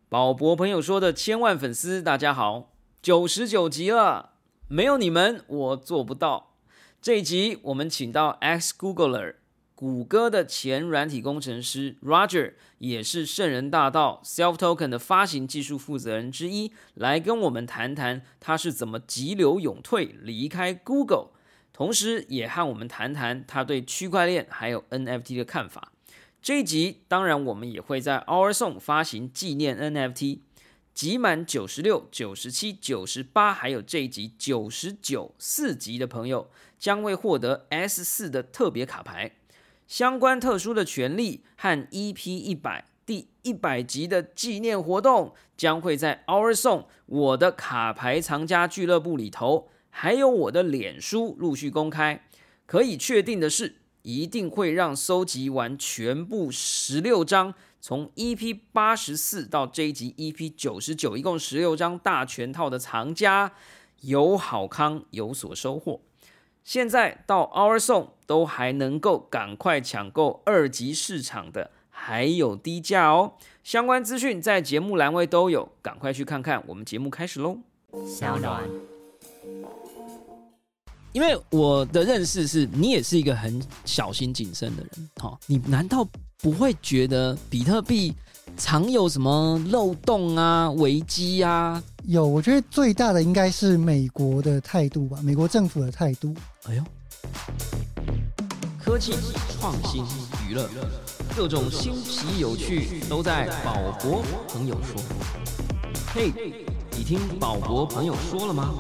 宝博朋友说的千万粉丝，大家好，99集了，没有你们我做不到。这一集我们请到 ex-Googler 谷歌的前软体工程师 Roger， 也是圣人大道 Self-Token 的发行技术负责人之一，来跟我们谈谈他是怎么急流勇退离开 Google， 同时也和我们谈谈他对区块链还有 NFT 的看法。这一集当然我们也会在 OurSong 发行纪念 NFT， 集满96、97、98还有这一集99 4集的朋友将会获得 S4 的特别卡牌，相关特殊的权利和 EP100 第100集的纪念活动将会在 OurSong 我的卡牌藏家俱乐部里头，还有我的脸书陆续公开。可以确定的是，一定会让收集完全部16张，从 EP84 到这一集 EP99， 一共16张大全套的藏家有好康有所收获。现在到 OurSong 都还能够赶快抢购2级市场的，还有低价哦。相关资讯在节目栏位都有，赶快去看看。我们节目开始咯。小暖，因为我的认识是你也是一个很小心谨慎的人，你难道不会觉得比特币常有什么漏洞啊、危机啊？ 有，我觉得最大的应该是美国的态度吧，美国政府的态度。 哎呦，科技、创新、娱乐，各种新奇有趣都在宝博朋友说。嘿，你听宝博朋友说了吗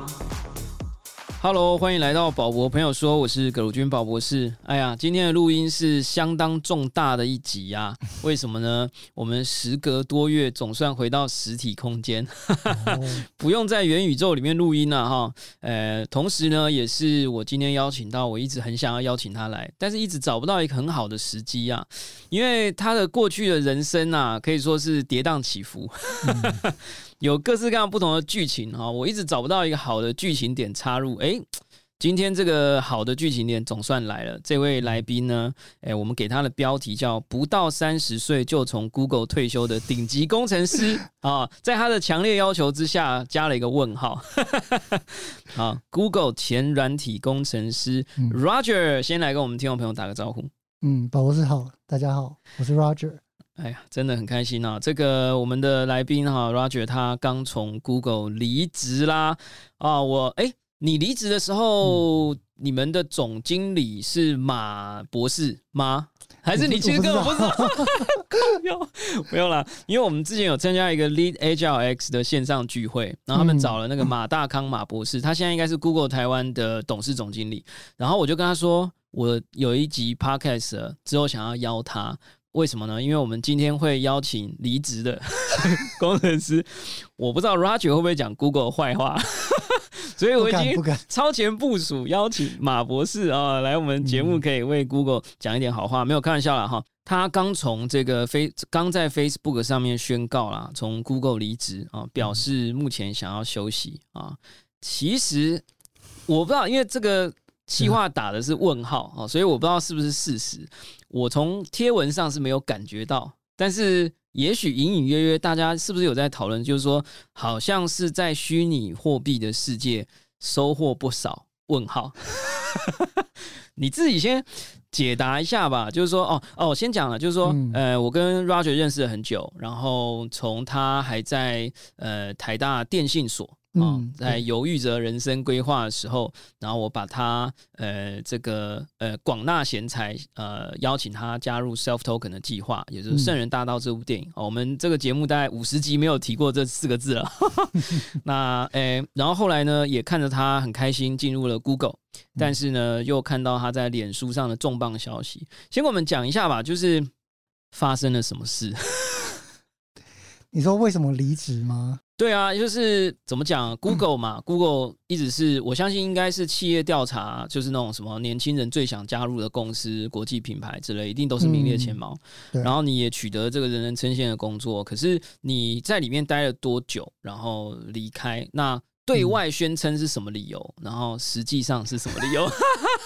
？Hello， 欢迎来到宝博朋友说，我是葛如君宝博士。哎呀，今天的录音是相当重大的一集啊！为什么呢？我们时隔多月，总算回到实体空间，不用在元宇宙里面录音了哈。同时呢，也是我今天邀请到，我一直很想要邀请他来，但是一直找不到一个很好的时机啊，因为他的过去的人生啊，可以说是跌宕起伏。有各式各样不同的剧情，我一直找不到一个好的剧情点插入。今天这个好的剧情点总算来了。这位来宾呢，我们给他的标题叫不到30岁就从 Google 退休的顶级工程师在他的强烈要求之下加了一个问号。Google 前软体工程师 Roger 先来跟我们听众朋友打个招呼。 宝博士好，大家好，我是 Roger。 哎呀，真的很开心啊！这个我们的来宾Roger 他刚从 Google 离职啦你离职的时候，你们的总经理是马博士吗？还是你其实根本不知道？没有啦，因为我们之前有参加一个 Lead Agile X 的线上聚会，然后他们找了那个马大康马博士，他现在应该是 Google 台湾的董事总经理。然后我就跟他说，我有一集 Podcast 之后想要邀他。为什么呢？因为我们今天会邀请离职的工程师，我不知道 Roger 会不会讲 Google 坏话，所以我已经超前部署，邀请马博士来我们节目，可以为 Google 讲一点好话。没有开玩笑啦哈，他刚从这个刚在 Facebook 上面宣告啦，从 Google 离职表示目前想要休息啊。其实我不知道，因为这个企划打的是问号所以我不知道是不是事实。我从贴文上是没有感觉到，但是也许隐隐约约大家是不是有在讨论，就是说好像是在虚拟货币的世界收获不少问号。你自己先解答一下吧，就是说我先讲了，就是说我跟 Roger 认识了很久，然后从他还在台大电信所在犹豫着人生规划的时候，然后我把他这个广纳贤才邀请他加入 Self-Token 的计划，也就是《圣人大道》这部电影。我们这个节目大概50集没有提过这4个字了。那然后后来呢，也看着他很开心进入了 Google， 但是呢，又看到他在脸书上的重磅消息。先跟我们讲一下吧，就是发生了什么事？ 你说为什么离职吗？ 对啊，就是怎么讲 ，Google 嘛，Google 一直是我相信应该是企业调查，就是那种什么年轻人最想加入的公司、国际品牌之类，一定都是名列前茅。然后你也取得这个人人称羡的工作，可是你在里面待了多久，然后离开？那对外宣称是什么理由？然后实际上是什么理由？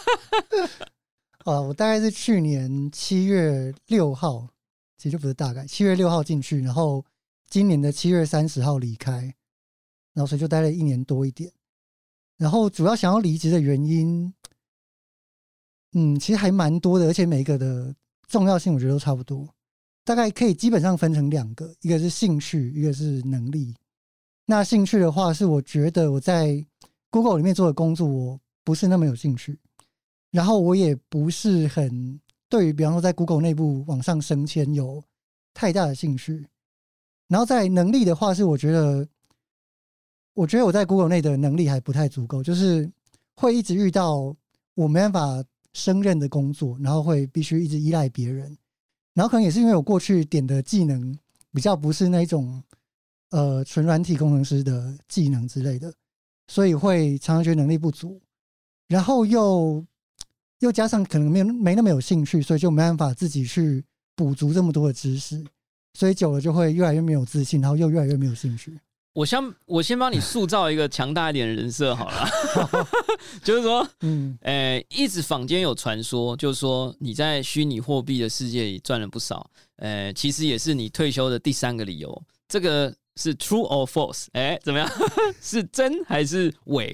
我大概是去年7月6号，其实就不是大概7月6号进去，然后今年的7月30号离开，然后所以就待了1年多一点。然后主要想要离职的原因，其实还蛮多的，而且每一个的重要性我觉得都差不多，大概可以基本上分成2个，一个是兴趣，一个是能力。那兴趣的话，是我觉得我在 Google 里面做的工作我不是那么有兴趣，然后我也不是很对于比方说在 Google 内部往上升迁有太大的兴趣。然后在能力的话，是我觉得我在 Google 内的能力还不太足够，就是会一直遇到我没办法胜任的工作，然后会必须一直依赖别人，然后可能也是因为我过去点的技能比较不是那种纯软体工程师的技能之类的，所以会常常觉得能力不足，然后又加上可能没那么有兴趣，所以就没办法自己去补足这么多的知识，所以久了就会越来越没有自信，然后又越来越没有兴趣。 我先帮你塑造一个强大一点的人设好了，就是说，一直坊间有传说，就是说你在虚拟货币的世界里赚了不少，其实也是你退休的第3个理由。这个是 true or false？ 怎么样？是真还是伪？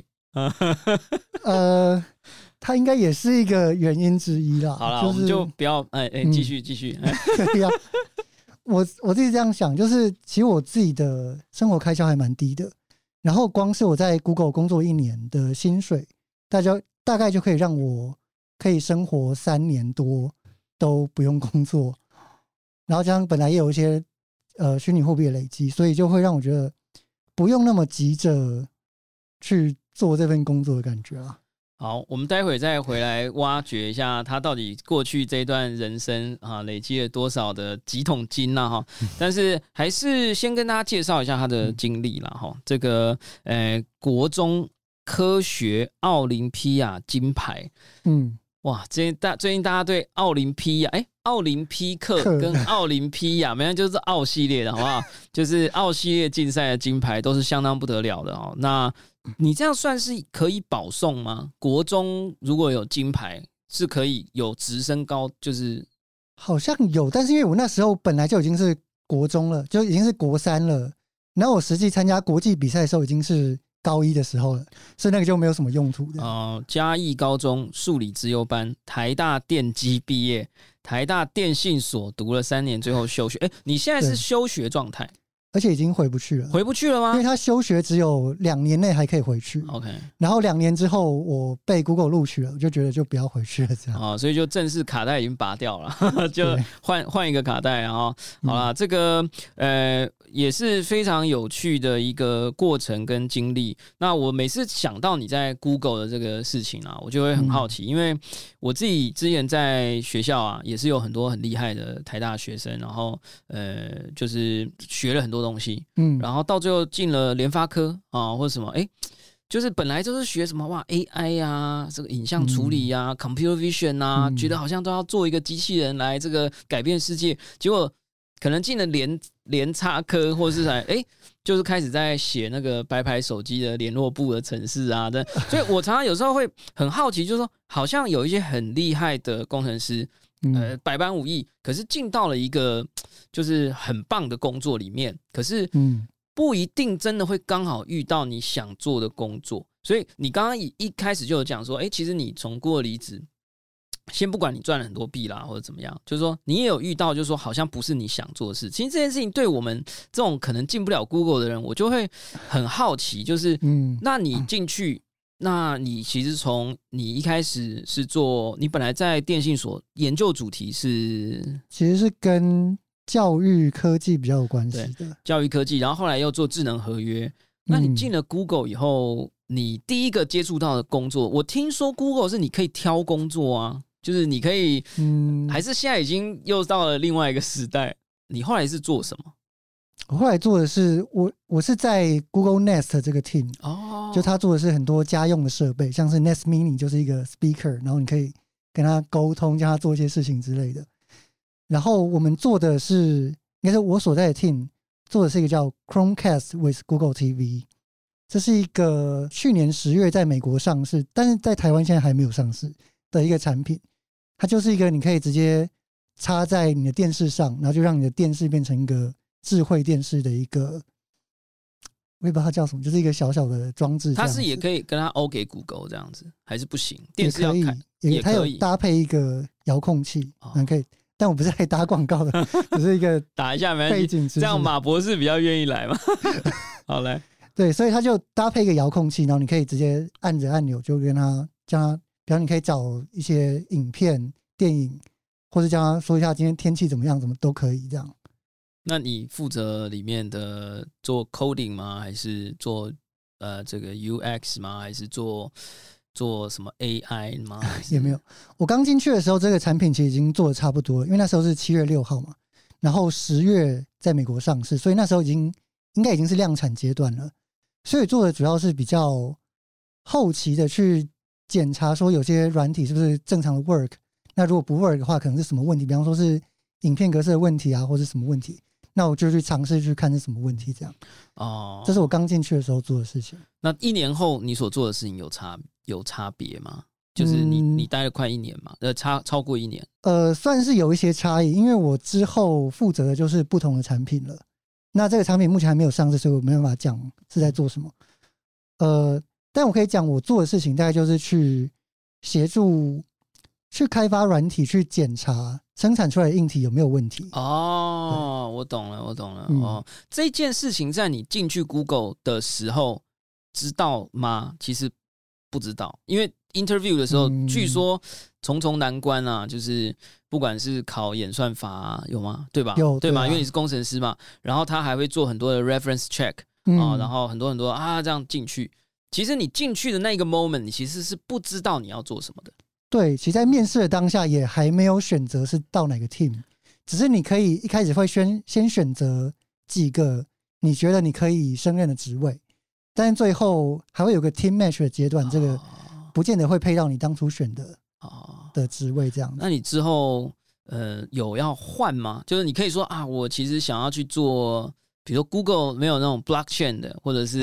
它应该也是一个原因之一啦。 好啦，我们就不要继续。 对呀。我自己这样想，就是其实我自己的生活开销还蛮低的，然后光是我在 Google 工作1年的薪水，大概就可以让我可以生活3年多都不用工作，然后加上本来也有一些虚拟货币的累积，所以就会让我觉得不用那么急着去做这份工作的感觉啊。 好，我们待会再回来挖掘一下他到底过去这段人生累积了多少的几桶金哈。但是还是先跟大家介绍一下他的经历啦哈。这个国中科学奥林匹亚金牌，哇，最近大家对奥林匹亚奥林匹克跟奥林匹亚，没有就是奥系列的好不好？就是奥系列竞赛的金牌都是相当不得了的哦。那你这样算是可以保送吗？国中如果有金牌，是可以有直升高，就是好像有，但是因为我那时候本来就已经是国中了，就已经是国3了，然后我实际参加国际比赛的时候已经是高1的时候了，所以那个就没有什么用途的。 嘉义高中数理资优班，台大电机毕业，台大电信所读了3年，最后休学。你现在是休学状态？ 而且已经回不去了。 回不去了吗？ 因为他休学只有2年内还可以回去。 OK， 然后2年之后我被 Google 录取了，我就觉得就不要回去了这样。 所以就正式卡带已经拔掉了，就换一个卡带好啦，这个也是非常有趣的一个过程跟经历。那我每次想到你在 Google 的这个事情啊，我就会很好奇，因为我自己之前在学校也是有很多很厉害的台大学生，然后就是学了很多东西，然后到最后进了联发科或者什么，就是本来就是学什么AI 啊，这个影像处理啊，computer vision 啊，觉得好像都要做一个机器人来这个改变世界，结果可能进了联插科，或者是就是开始在写那个白牌手机的联络簿的程式啊，所以我常常有时候会很好奇，就是说好像有一些很厉害的工程师，百般武艺，可是进到了一个就是很棒的工作里面，可是不一定真的会刚好遇到你想做的工作。所以你刚刚一开始就有讲说，其实你从Google离职，先不管你赚了很多币啦或者怎么样，就是说你也有遇到，就是说好像不是你想做的事。其实这件事情对我们这种可能进不了 Google 的人，我就会很好奇，就是那你进去，那你其实从你一开始是做，你本来在电信所研究主题是， 其实是跟教育科技比较有关系的， 教育科技，然后后来又做智能合约。那你进了 Google 以后，你第一个接触到的工作，我听说 Google 是你可以挑工作啊，就是你可以，还是现在已经又到了另外一个时代？你后来是做什么？ 我后来做的是，我是在 Google Nest 这个 team，就他做的是很多家用的设备，像是 Nest Mini 就是一个 speaker， 然后你可以跟他沟通，叫他做一些事情之类的。然后我们做的是，应该是我所在的 team 做的是一个叫 Chromecast with Google TV， 这是一个去年10月在美国上市，但是在台湾现在还没有上市的一个产品。它就是一个你可以直接插在你的电视上，然后就让你的电视变成一个智慧电视的一个，我也不知道它叫什么，就是一个小小的装置。 它是也可以跟它 O 给 Google 这样子，还是不行？电视要看也它有搭配一个遥控器，可以。但我不是来打广告的，只是一个打一下没关系，这样马博士比较愿意来嘛。好来， 对，所以它就搭配一个遥控器，然后你可以直接按着按钮就跟它叫它，比方你可以找一些影片、电影，或者叫它说一下今天天气怎么样，怎么都可以这样。 那你负责里面的做 coding 吗？还是做这个 UX 吗？还是做什么 AI 吗？ 也没有。我刚进去的时候，这个产品其实已经做的差不多了，因为那时候是7月6号嘛，然后10月在美国上市，所以那时候应该已经是量产阶段了。所以做的主要是比较后期的去检查说有些软体是不是正常的 work， 那如果不 work 的话，可能是什么问题？比方说是影片格式的问题啊，或是什么问题？那我就去尝试去看是什么问题，这样。这是我刚进去的时候做的事情。 那1年后你所做的事情有差别吗？就是你待了快1年嘛，超过1年。 算是有一些差异，因为我之后负责的就是不同的产品了。那这个产品目前还没有上市，所以我没办法讲是在做什么。但我可以讲我做的事情，大概就是去协助去开发软体，去检查生产出来的硬体有没有问题。 我懂了。这件事情在你进去 Google 的时候知道吗？其实不知道，因为 interview 的时候，据说重重难关啊，就是不管是考演算法啊，有吗？对吧？ 有， 对吗？因为你是工程师嘛，然后他还会做很多的 reference check 然后很多这样进去。其实你进去的那个 moment， 你其实是不知道你要做什么的。 对，其实在面试的当下也还没有选择是到哪个 team， 只是你可以一开始会先选择几个你觉得你可以胜任的职位，但是最后还会有个 team match 的阶段，这个不见得会配到你当初选的职位这样子。 那你之后有要换吗？就是你可以说啊，我其实想要去做，比如说 Google 没有那种 blockchain 的，或者是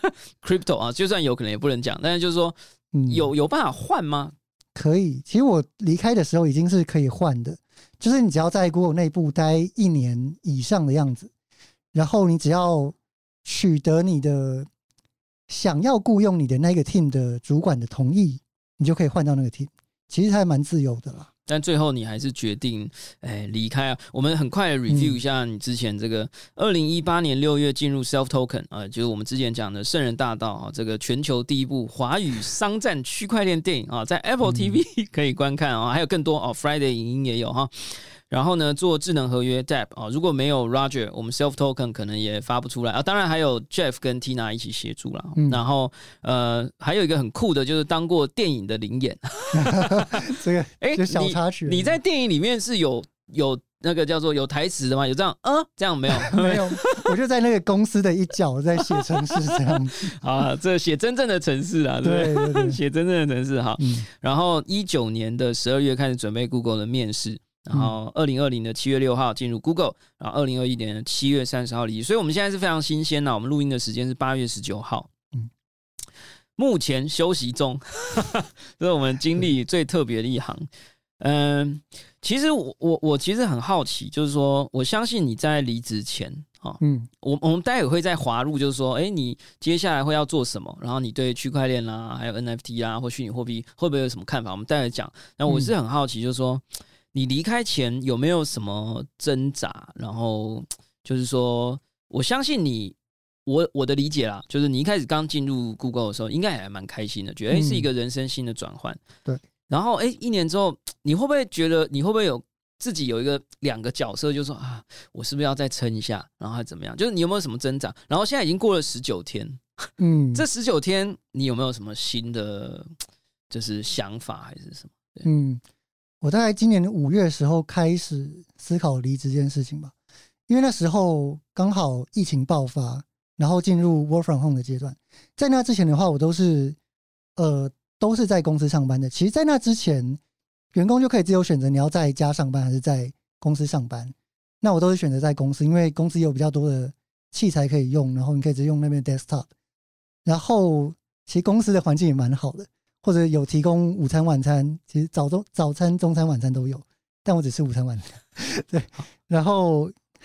crypto 啊，就算有可能也不能讲，但是就是说有办法换吗？ 可以，其实我离开的时候已经是可以换的，就是你只要在 Google 内部待1年以上的样子，然后你只要取得你的想要雇佣你的那个 team 的主管的同意，你就可以换到那个 team， 其实还蛮自由的啦。 但最后你还是决定离开啊。我们很快的 review 一下你之前这个2018年6月进入 Self Token 就是我们之前讲的圣人大道这个全球第一部华语商战区块链电影在 Apple TV 可以观看还有更多Friday 影音也有哈。然后呢，做智能合约 DApp 如果没有 Roger， 我们 Self Token 可能也发不出来当然还有 Jeff 跟 Tina 一起协助啦。然后还有一个很酷的，就是当过电影的灵演， 这个就小插曲。 你在电影里面是有那个叫做有台词的吗？有这样这样没有？ 没有，我就在那个公司的一角在写程式这样子这写真正的程式啊，对不对？写真正的程式哈。然后19年的12月开始准备 Google 的面试。然后2020的7月6号进入 Google， 然后2021年的7月30号离职，所以我们现在是非常新鲜我们录音的时间是8月19号，目前休息中，这是我们经历最特别的一行。其实我其实很好奇，就是说，我相信你在离职前我们待会会再滑入，就是说，你接下来会要做什么？然后你对区块链啦，还有 NFT 啦，或虚拟货币会不会有什么看法？我们待会讲。那我是很好奇，就是说。你离开前有没有什么挣扎？然后就是说，我相信你，我的理解啦，就是你一开始刚进入 Google 的时候，应该还蛮开心的，觉得是一个人生新的转换。 对。 然后1年之后，你会不会觉得你会不会有自己有2个角色，就是说我是不是要再撑一下，然后还怎么样？就是你有没有什么挣扎？然后现在已经过了19天，这19天你有没有什么新的就是想法还是什么？ 我大概今年5月的时候开始思考离职这件事情吧，因为那时候刚好疫情爆发，然后进入 work from home 的阶段。在那之前的话，我都是在公司上班的。其实在那之前，员工就可以自由选择你要在家上班还是在公司上班。那我都是选择在公司，因为公司有比较多的器材可以用，然后你可以直接用那边 desktop。然后其实公司的环境也蛮好的。或者有提供午餐晚餐，其实早餐中餐晚餐都有，但我只吃午餐晚餐。对，然后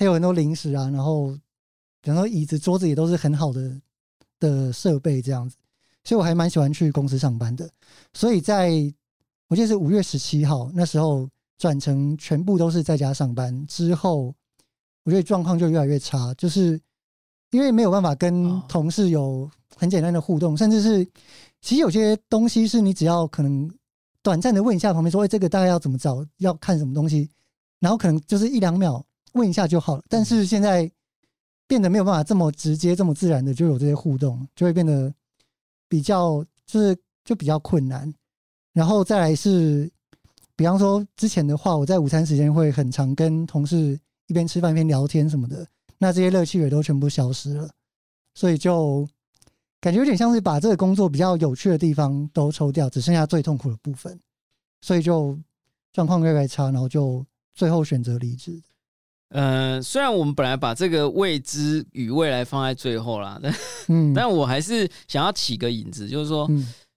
还有很多零食啊，然后比方说椅子、桌子也都是很好的设备这样子，所以我还蛮喜欢去公司上班的。所以我记得是5月17号那时候转成全部都是在家上班之后，我觉得状况就越来越差，就是因为没有办法跟同事有很简单的互动，甚至是其实有些东西是你只要可能短暂的问一下旁边说，这个大概要怎么找，要看什么东西，然后可能就是1-2秒问一下就好了。但是现在变得没有办法这么直接、这么自然的就有这些互动，就会变得比较就比较困难。然后再来是，比方说之前的话，我在午餐时间会很常跟同事一边吃饭一边聊天什么的，那这些乐趣也都全部消失了，所以就感觉有点像是把这个工作比较有趣的地方都抽掉，只剩下最痛苦的部分，所以就状况越来越差，然后就最后选择离职。 虽然我们本来把这个未知与未来放在最后啦，但我还是想要起个引子，就是说，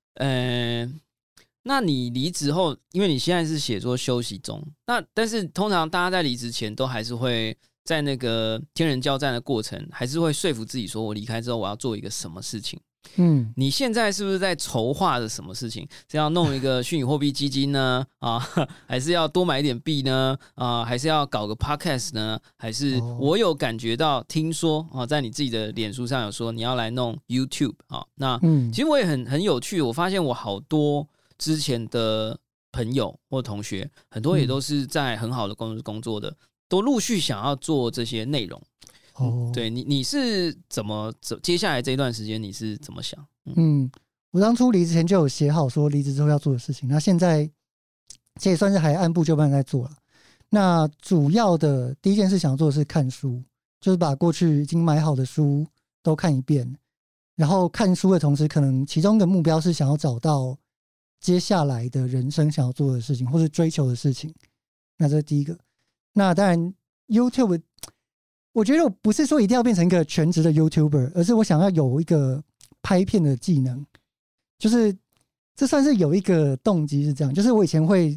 那你离职后，因为你现在是写作休息中，但是通常大家在离职前都还是会在那个天人交战的过程，还是会说服自己说，我离开之后我要做一个什么事情。你现在是不是在筹划着什么事情？是要弄一个虚拟货币基金呢？还是要多买一点币呢？还是要搞个 podcast 呢？还是我有感觉到听说在你自己的脸书上有说你要来弄 YouTube 那其实我也很有趣，我发现我好多之前的朋友或同学，很多也都是在很好的公司工作的，都陆续想要做这些内容。对，你是怎么接下来这一段时间你是怎么想？ 我当初离职前就有写好说离职之后要做的事情，那现在这也算是还按部就班在做了。那主要的第一件事想要做的是看书，就是把过去已经买好的书都看一遍，然后看书的同时，可能其中的目标是想要找到接下来的人生想要做的事情或是追求的事情，那这是第一个。那当然 YouTube， 我觉得我不是说一定要变成一个全职的 YouTuber， 而是我想要有一个拍片的技能，就是这算是有一个动机是这样，就是我以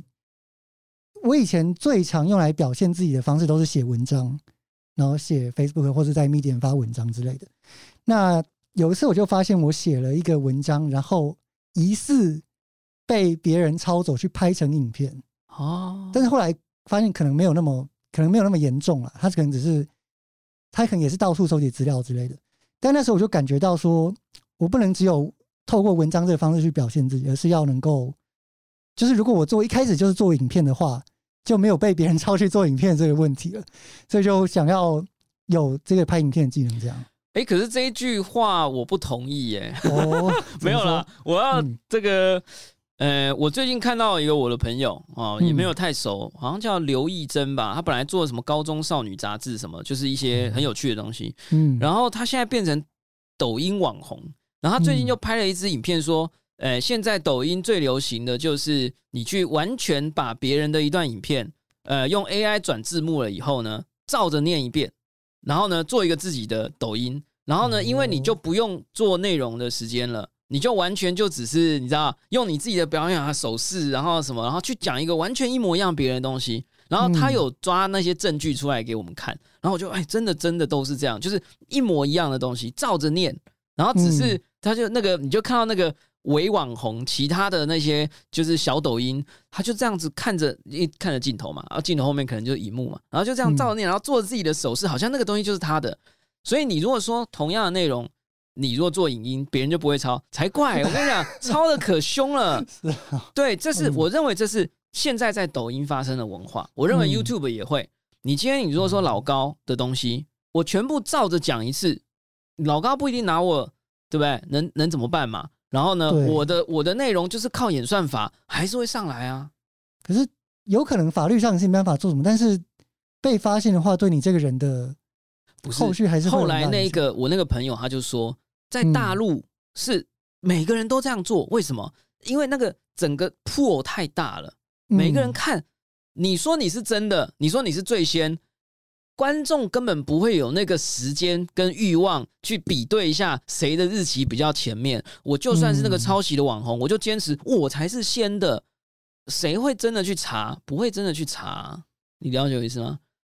前最常用来表现自己的方式都是写文章，然后写 Facebook 或是在 Medium 发文章之类的。那有一次我就发现我写了一个文章，然后疑似被别人抄走去拍成影片，但是后来发现可能没有那么严重啦，他可能也是到处收集资料之类的。但那时候我就感觉到说，我不能只有透过文章这个方式去表现自己，而是要能够，就是如果我一开始就是做影片的话，就没有被别人抄去做影片这个问题了，所以就想要有这个拍影片的技能这样。 可是这一句话我不同意耶。没有啦，我要这个我最近看到一个我的朋友也没有太熟，好像叫刘义珍吧，他本来做什么高中少女杂志什么，就是一些很有趣的东西，然后他现在变成抖音网红，然后他最近就拍了一支影片说，现在抖音最流行的就是你去完全把别人的一段影片用 AI 转字幕了以后呢，照着念一遍，然后呢做一个自己的抖音，然后呢因为你就不用做内容的时间了，你就完全就只是你知道用你自己的表演手势，然后什么，然后去讲一个完全一模一样别人的东西，然后他有抓那些证据出来给我们看，然后我就真的都是这样，就是一模一样的东西照着念，然后只是他就那个你就看到那个伪网红其他的那些就是小抖音，他就这样子看着镜头嘛，然后镜头后面可能就是萤幕嘛，然后就这样照着念，然后做自己的手势，好像那个东西就是他的。所以你如果说同样的内容，你如果做影音，别人就不会抄，才怪！我跟你讲，抄的可凶了。对，我认为这是现在在抖音发生的文化。我认为 YouTube 也会。你今天你如果说老高的东西，我全部照着讲一次，老高不一定拿我，对不对？能怎么办嘛？然后呢，我的内容就是靠演算法，还是会上来啊。 可是有可能法律上是没办法做什么，但是被发现的话，对你这个人的后续还是会。 后来我那个朋友他就说，在大陆是每个人都这样做，为什么？因为那个整个 pool 太大了，每个人看，你说你是真的，你说你是最先，观众根本不会有那个时间跟欲望去比对一下谁的日期比较前面。我就算是那个抄袭的网红，我就坚持我才是先的，谁会真的去查？不会真的去查，你了解我意思吗？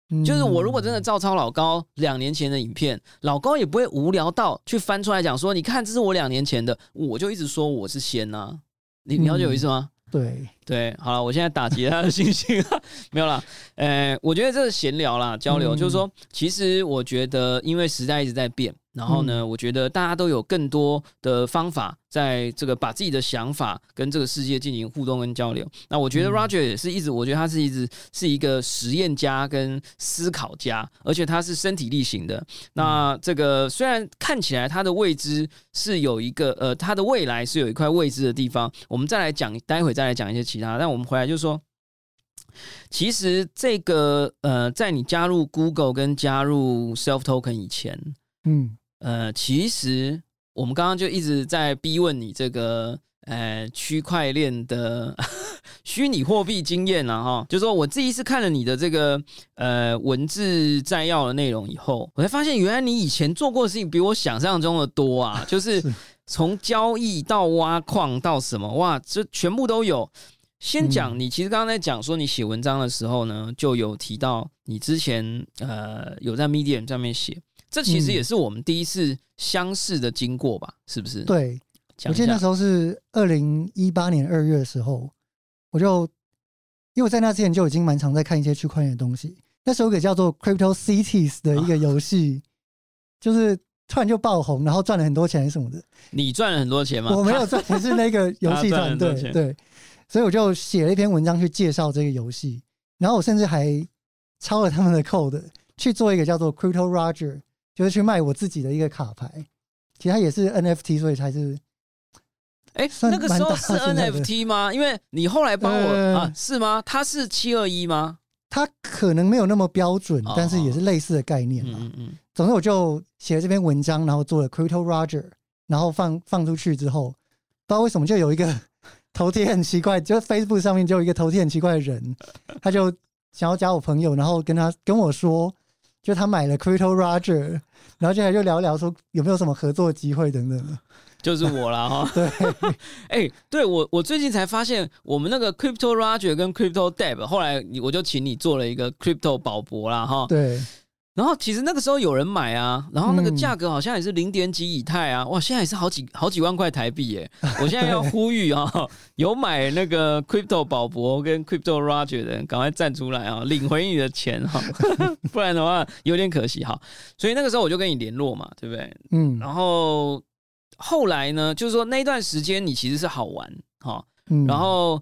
就是我如果真的照抄老高2年前的影片，老高也不会无聊到去翻出来讲说，你看这是我2年前的，我就一直说我是先啊，你了解我意思吗？ 对， 好了，我现在打击他的信心没有啦。我觉得这是闲聊啦，交流，就是说，其实我觉得，因为时代一直在变，然后呢，我觉得大家都有更多的方法，在这个把自己的想法跟这个世界进行互动跟交流。那我觉得 Roger 也是我觉得他是一个实验家跟思考家，而且他是身体力行的。那这个虽然看起来他的未知是有一个他的未来是有一块未知的地方，我们待会再来讲一些其他。但我们回来就是说，其实这个在你加入 Google 跟加入 Self Token 以前，其实我们刚刚就一直在逼问你这个区块链的虚拟货币经验啊哈，就是说我自己是看了你的这个文字摘要的内容以后，我才发现原来你以前做过的事情比我想象中的多啊，就是从交易到挖矿到什么，哇，这全部都有。先讲你其实刚刚在讲说你写文章的时候呢，就有提到你之前有在 Medium 上面写，这其实也是我们第一次相识的经过吧，是不是？ 对，我记得那时候是2018年2月的时候，因为我在那之前就已经蛮常在看一些区块链的东西，那时候有个叫做 Crypto Cities 的一个游戏，就是突然就爆红，然后赚了很多钱什么的。 你赚了很多钱吗？ 我没有赚钱，是那个游戏团队。对，所以我就写了一篇文章去介绍这个游戏，然后我甚至还抄了他们的 code 去做一个叫做 Crypto Roger， 就是去卖我自己的一个卡牌。其实它也是 NFT， 所以才是。 那个时候是 NFT 吗？因为你后来帮我是吗？它是721吗？ 它可能没有那么标准，但是也是类似的概念嘛。总之我就写了这篇文章，然后做了 Crypto Roger， 然后放出去之后，不知道为什么就有一个头贴很奇怪，就 Facebook 上面就有一个头贴很奇怪的人，他就想要加我朋友，然后跟我说，就他买了 Crypto Roger， 然后接下来就聊聊说有没有什么合作机会等等的。 就是我啦哈， 对， 对我最近才发现，我们那个 Crypto Roger 跟 Crypto Deb， 后来我就请你做了一个 Crypto 宝博啦哈， 对， 然后其实那个时候有人买啊，然后那个价格好像也是0点几以太啊，哇，现在也是好几万块台币耶！我现在要呼吁啊，有买那个 Crypto 宝博跟 Crypto Roger 的人，赶快站出来啊，领回你的钱哈，不然的话有点可惜哈。所以那个时候我就跟你联络嘛，对不对？然后后来呢，就是说那段时间你其实是好玩哈。然后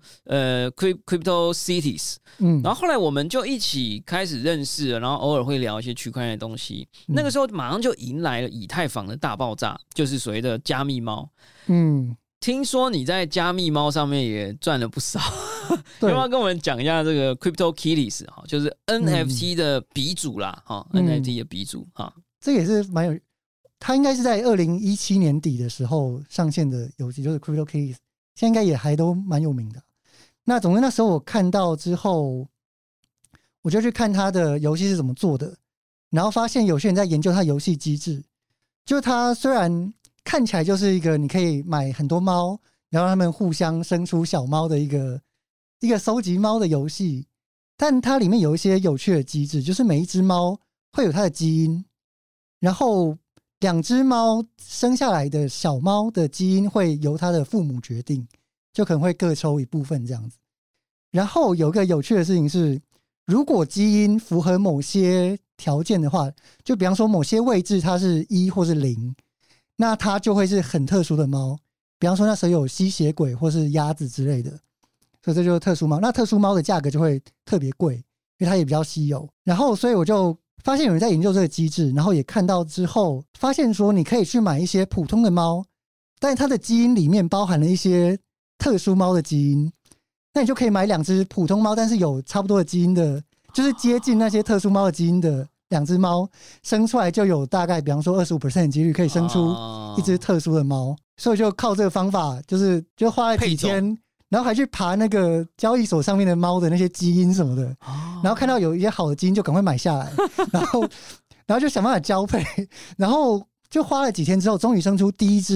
Crypto Cities，然后后来我们就一起开始认识了，然后偶尔会聊一些区块链的东西。那个时候马上就迎来了以太坊的大爆炸，就是所谓的加密猫。听说你在加密猫上面也赚了不少，要不要跟我们讲一下这个 Crypto Kitties 哈，就是 NFT 的鼻祖啦哈，NFT 的鼻祖哈。 这也是蛮有，它应该是在2017年底的时候上线的游戏，就是 Crypto Kitties。现在应该也还都蛮有名的。那总之那时候我看到之后，我就去看他的游戏是怎么做的，然后发现有些人在研究他游戏机制。就他虽然看起来就是一个你可以买很多猫，然后他们互相生出小猫的一个收集猫的游戏，但它里面有一些有趣的机制，就是每一只猫会有它的基因，然后2只猫生下来的小猫的基因会由它的父母决定，就可能会各抽一部分这样子。然后有个有趣的事情是，如果基因符合某些条件的话，就比方说某些位置它是1或是0，那它就会是很特殊的猫。比方说那时候有吸血鬼或是鸭子之类的，所以这就是特殊猫。那特殊猫的价格就会特别贵，因为它也比较稀有。然后所以我就发现有人在研究这个机制，然后也看到之后发现说你可以去买一些普通的猫，但是它的基因里面包含了一些特殊猫的基因，那你就可以买2只普通猫但是有差不多的基因的，就是接近那些特殊猫的基因的2只猫，生出来就有大概比方说 25% 的几率可以生出一只特殊的猫。所以就靠这个方法，就花了几天，然后还去爬那个交易所上面的猫的那些基因什么的，然后看到有一些好的基因就赶快买下来，然后就想办法交配，然后就花了几天之后，终于生出第一只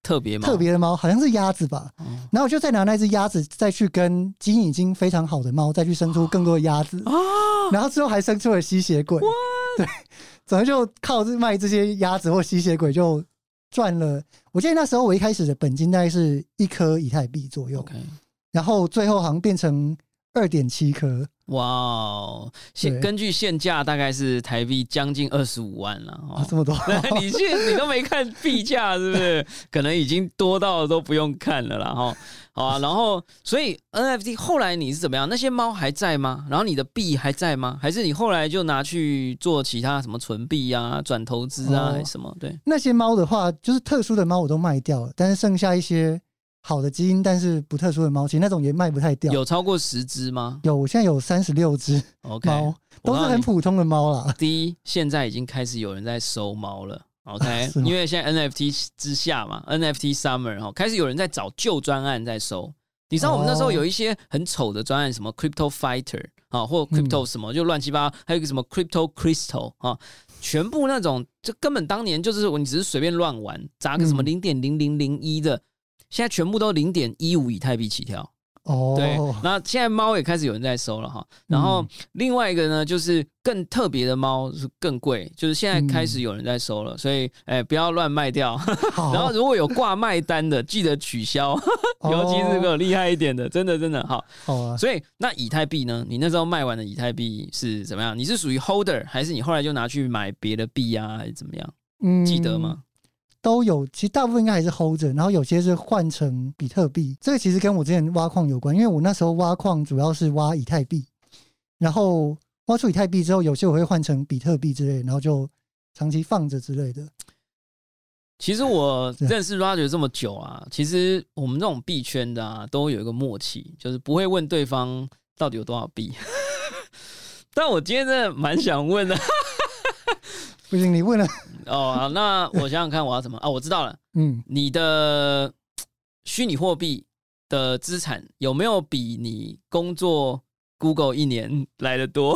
特别的猫，好像是鸭子吧。然后我就再拿那只鸭子再去跟基因已经非常好的猫再去生出更多的鸭子，然后之后还生出了吸血鬼。对，整个就靠卖这些鸭子或吸血鬼就赚了。我记得那时候我一开始的本金大概是1颗以太币左右，然后最后好像变成2.7颗。 哇哦！根据现价大概是台币将近25万了， 这么多？ 你都没看币价是不是？可能已经多到都不用看了啦哈。好啊，然后所以 NFT 后来你是怎么样？那些猫还在吗？然后你的币还在吗？还是你后来就拿去做其他什么存币啊、转投资啊，还是什么？对， 那些猫的话，就是特殊的猫我都卖掉了，但是剩下一些好的基因但是不特殊的猫，其实那种也卖不太掉。 有超过10只吗？ 有，我现在有36只猫，都是很普通的猫啦。 第一，现在已经开始有人在收猫了。OK， 因为现在 NFT 之下嘛 ，NFT Summer 开始有人在找旧专案在收。你知道我们那时候有一些很丑的专案，什么 Crypto Fighter 或 Crypto 什么就乱七八糟，还有一个什么 Crypto Crystal 全部那种就根本当年就是你只是随便乱玩，砸个什么0.0001的。现在全部都0.15以太币起跳。对，那现在猫也开始有人在收了哈。然后另外一个呢，就是更特别的猫是更贵，就是现在开始有人在收了，所以不要乱卖掉。然后如果有挂卖单的，记得取消，尤其是个厉害一点的，真的好。所以那以太币呢？你那时候卖完的以太币是怎么样？你是属于 holder， 还是你后来就拿去买别的币啊，还是怎么样？记得吗？ 都有，其实大部分应该还是 hold 着，然后有些是换成比特币。这个其实跟我之前挖矿有关，因为我那时候挖矿主要是挖以太币，然后挖出以太币之后，有些我会换成比特币之类，然后就长期放着之类的。 其实我认识 Roger 这么久啊，其实我们这种币圈的啊，都有一个默契，就是不会问对方到底有多少币。但我今天真的蛮想问的。 不行，你问了。 好，那我想想看我要怎么我知道了。你的虚拟货币的资产有没有比你工作 Google 1年来的多？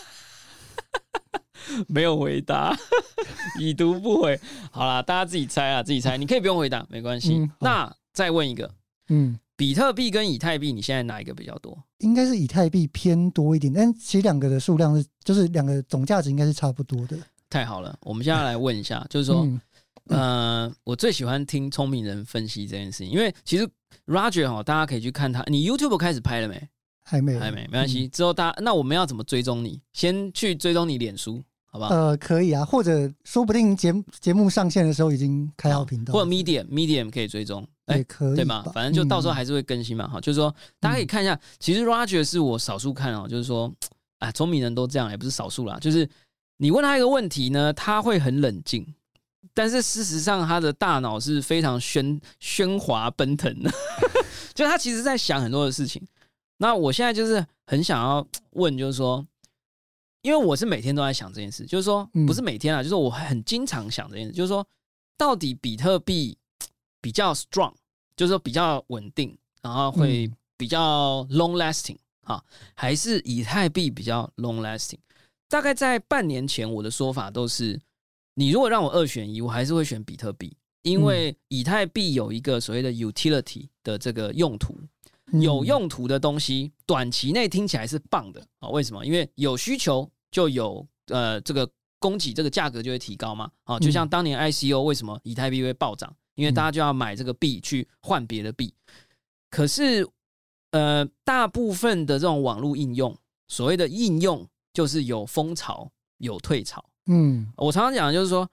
没有回答，已读不回。好啦，大家自己猜啊，自己猜。你可以不用回答，没关系。那再问一个，比特币跟以太币，你现在哪一个比较多？ 应该是以太币偏多一点，但其实两个的数量就是两个总价值应该是差不多的。 太好了，我们现在来问一下，就是说，我最喜欢听聪明人分析这件事情，因为其实 Roger 大家可以去看他，你 YouTube 开始拍了没？ 还没， 没关系。之后那我们要怎么追踪你？先去追踪你脸书，好不好？ 可以啊，或者说不定节目上线的时候已经开好频道， 或者 Medium 可以追踪， 也可以， 对吧？反正就到时候还是会更新嘛。哈，就是说大家可以看一下，其实 Roger 是我少数看就是说，聪明人都这样，也不是少数啦，就是。你问他一个问题呢，他会很冷静，但是事实上他的大脑是非常喧哗奔腾的，就他其实在想很多的事情。那我现在就是很想要问，就是说，因为我是每天都在想这件事，就是说不是每天啦，就是我很经常想这件事，就是说到底比特币比较 strong， 就是说比较稳定，然后会比较 long lasting 还是以太币比较 long lasting？大概在半年前，我的说法都是，你如果让我2选1，我还是会选比特币，因为以太币有一个所谓的 utility 的这个用途，有用途的东西，短期内听起来是棒的啊。为什么？因为有需求就有这个供给，这个价格就会提高嘛。就像当年 ICO 为什么以太币会暴涨？因为大家就要买这个币去换别的币。可是大部分的这种网络应用，所谓的应用。就是有风潮，有退潮。我常常讲的就是说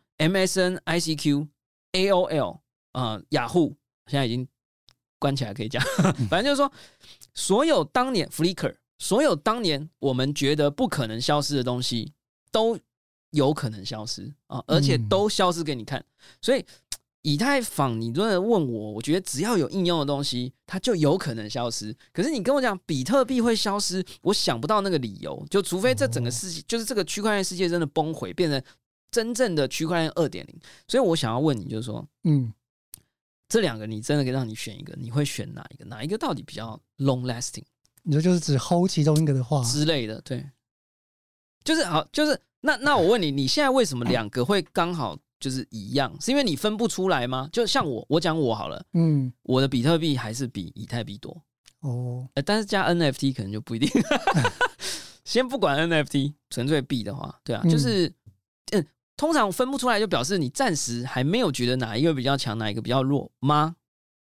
，MSN、ICQ、AOL 雅虎现在已经关起来可以讲，反正就是说，所有当年 Flickr， 所有当年我们觉得不可能消失的东西，都有可能消失而且都消失给你看。所以以太坊，你真的问我觉得只要有应用的东西，它就有可能消失。可是你跟我讲比特币会消失，我想不到那个理由。就除非这整个世界，就是这个区块链世界真的崩毁，变成真正的区块链 2.0。所以我想要问你，就是说，这两个你真的可以让你选一个，你会选哪一个？哪一个到底比较 long lasting？ 你说就是只 hold 其中一个的话之类的，对，就是好，就是那我问你，你现在为什么两个会刚好？ 就是一样？是因为你分不出来吗？就像我讲我好了，我的比特币还是比以太币多哦，但是加 NFT 可能就不一定。先不管 NFT， 纯粹币的话，对啊，就是通常分不出来，就表示你暂时还没有觉得哪一个比较强，哪一个比较弱吗？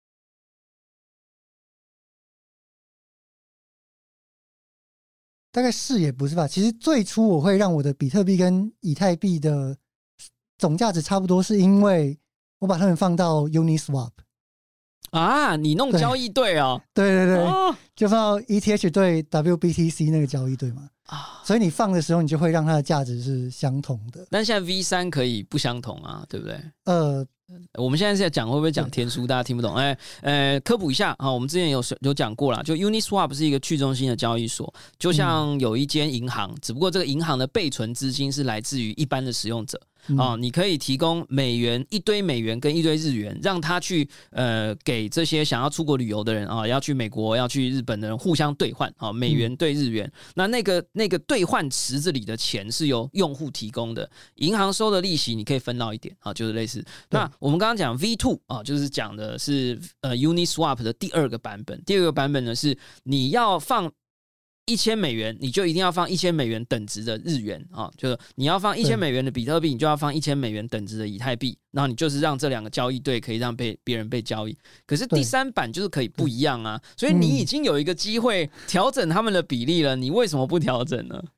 大概是也不是吧。其实最初我会让我的比特币跟以太币的总价值差不多，是因为我把它们放到 Uniswap 啊，你弄交易对哦， 对，就放到 ETH 对 WBTC 那个交易对嘛。所以你放的时候，你就会让它的价值是相同的。 但现在 V3可以不相同啊，对不对？ 我们现在是在讲会不会讲天书，大家听不懂。科普一下啊，我们之前有讲过啦，就 Uniswap 是一个去中心的交易所，就像有一间银行，只不过这个银行的备存资金是来自于一般的使用者。你可以提供美元一堆美元跟一堆日元，让他去给这些想要出国旅游的人啊，要去美国要去日本的人互相兑换啊，美元兑日元。那个兑换池子里的钱是由用户提供的，银行收的利息你可以分到一点啊，就是类似。那我们刚刚讲 V2 啊，就是讲的是Uniswap 的第二个版本。第二个版本呢是你要放1000美元，你就一定要放1000美元等值的日元啊，就是你要放1000美元的比特币，你就要放1000美元等值的以太币，然后你就是让这两个交易对可以让别人被交易。可是第三版就是可以不一样啊，所以你已经有一个机会调整他们的比例了，你为什么不调整呢？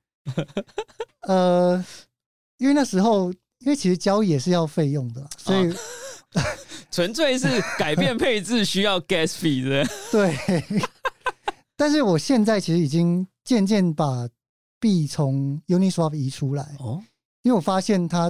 因为那时候，因为其实交易也是要费用的，所以纯粹是改变配置需要 gas fee 的。 对。但是我现在其实已经渐渐把币从 Uniswap 移出来，因为我发现它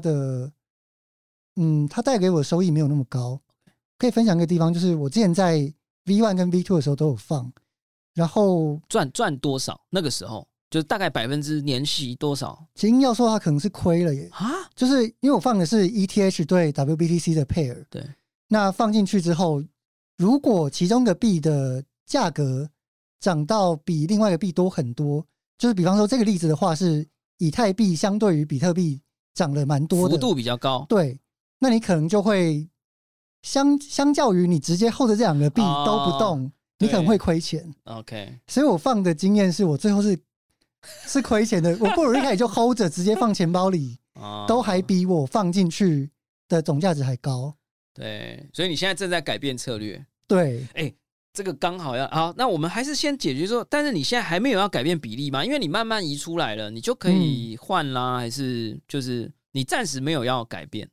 带给我的收益没有那么高。可以分享一个地方，就是我之前在 V1 跟 V2 的时候都有放，然后赚多少？那个时候就是大概年息多少？ 其实要说它可能是亏了耶啊，就是因为我放的是 ETH 对 WBTC 的 pair， 对， 那放进去之后，如果其中个币的价格涨到比另外一个币多很多，就是比方说这个例子的话，是以太币相对于比特币涨了蛮多的， 幅度比较高。 对，那你可能就会相较于你直接 hold 这两个币都不动，你可能会亏钱。 OK， 所以我放的经验是我最后是亏钱的，我不如一开始就 hold 着，直接放钱包里，都还比我放进去的总价值还高。 对，所以你现在正在改变策略。 对， 这个刚好好，那我们还是先解决说，但是你现在还没有要改变比例吗？因为你慢慢移出来了，你就可以换啦，还是就是你暂时没有要改变？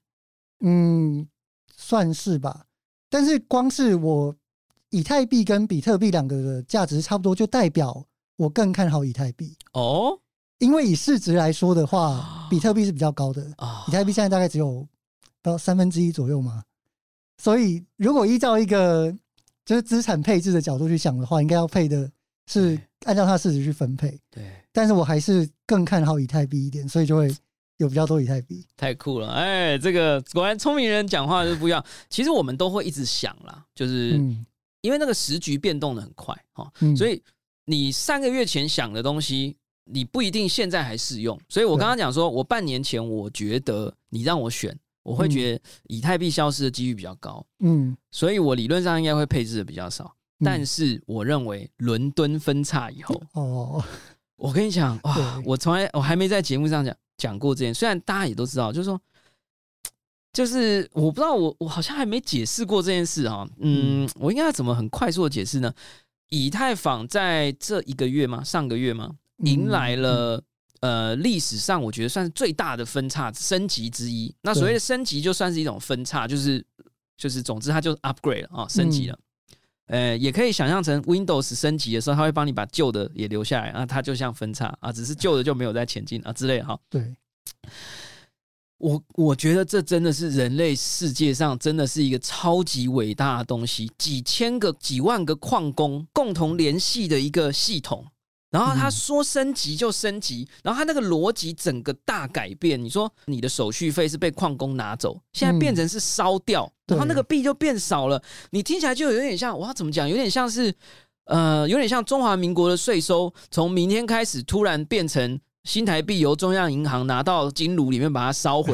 算是吧。但是光是我以太币跟比特币两个的价值差不多，就代表我更看好以太币哦。因为以市值来说的话，比特币是比较高的，以太币现在大概只有到1/3左右嘛。所以如果依照一个就是资产配置的角度去想的话，应该要配的是按照它的市值去分配。 对， 但是我还是更看好以太币一点，所以就会有比较多以太币。 太酷了，这个果然聪明人讲话就不一样。其实我们都会一直想啦，就是因为那个时局变动的很快所以你3个月前想的东西，你不一定现在还适用。所以我刚刚讲说，我半年前我觉得你让我选，我会觉得以太币消失的几率比较高，所以我理论上应该会配置的比较少。但是我认为伦敦分叉以后，我跟你讲哇，我还没在节目上讲过这件，虽然大家也都知道，就是说，就是我不知道我好像还没解释过这件事哈，我应该要怎么很快速的解释呢？以太坊在这1个月吗？上个月吗？迎来了历史上我觉得算是最大的分叉升级之一。那所谓的升级就算是一种分叉，就是总之它就 upgrade 了升级了。也可以想象成 Windows 升级的时候，它会帮你把旧的也留下来，它就像分叉只是旧的就没有在前进之类的哈。 对， 我觉得这真的是人类世界上真的是一个超级伟大的东西，几千个几万个矿工共同联系的一个系统。然后他说升级就升级，然后他那个逻辑整个大改变。你说你的手续费是被矿工拿走，现在变成是烧掉，然后那个币就变少了。你听起来就有点像，我要怎么讲？有点像是有点像中华民国的税收，从明天开始突然变成新台币由中央银行拿到金炉里面把它烧毁，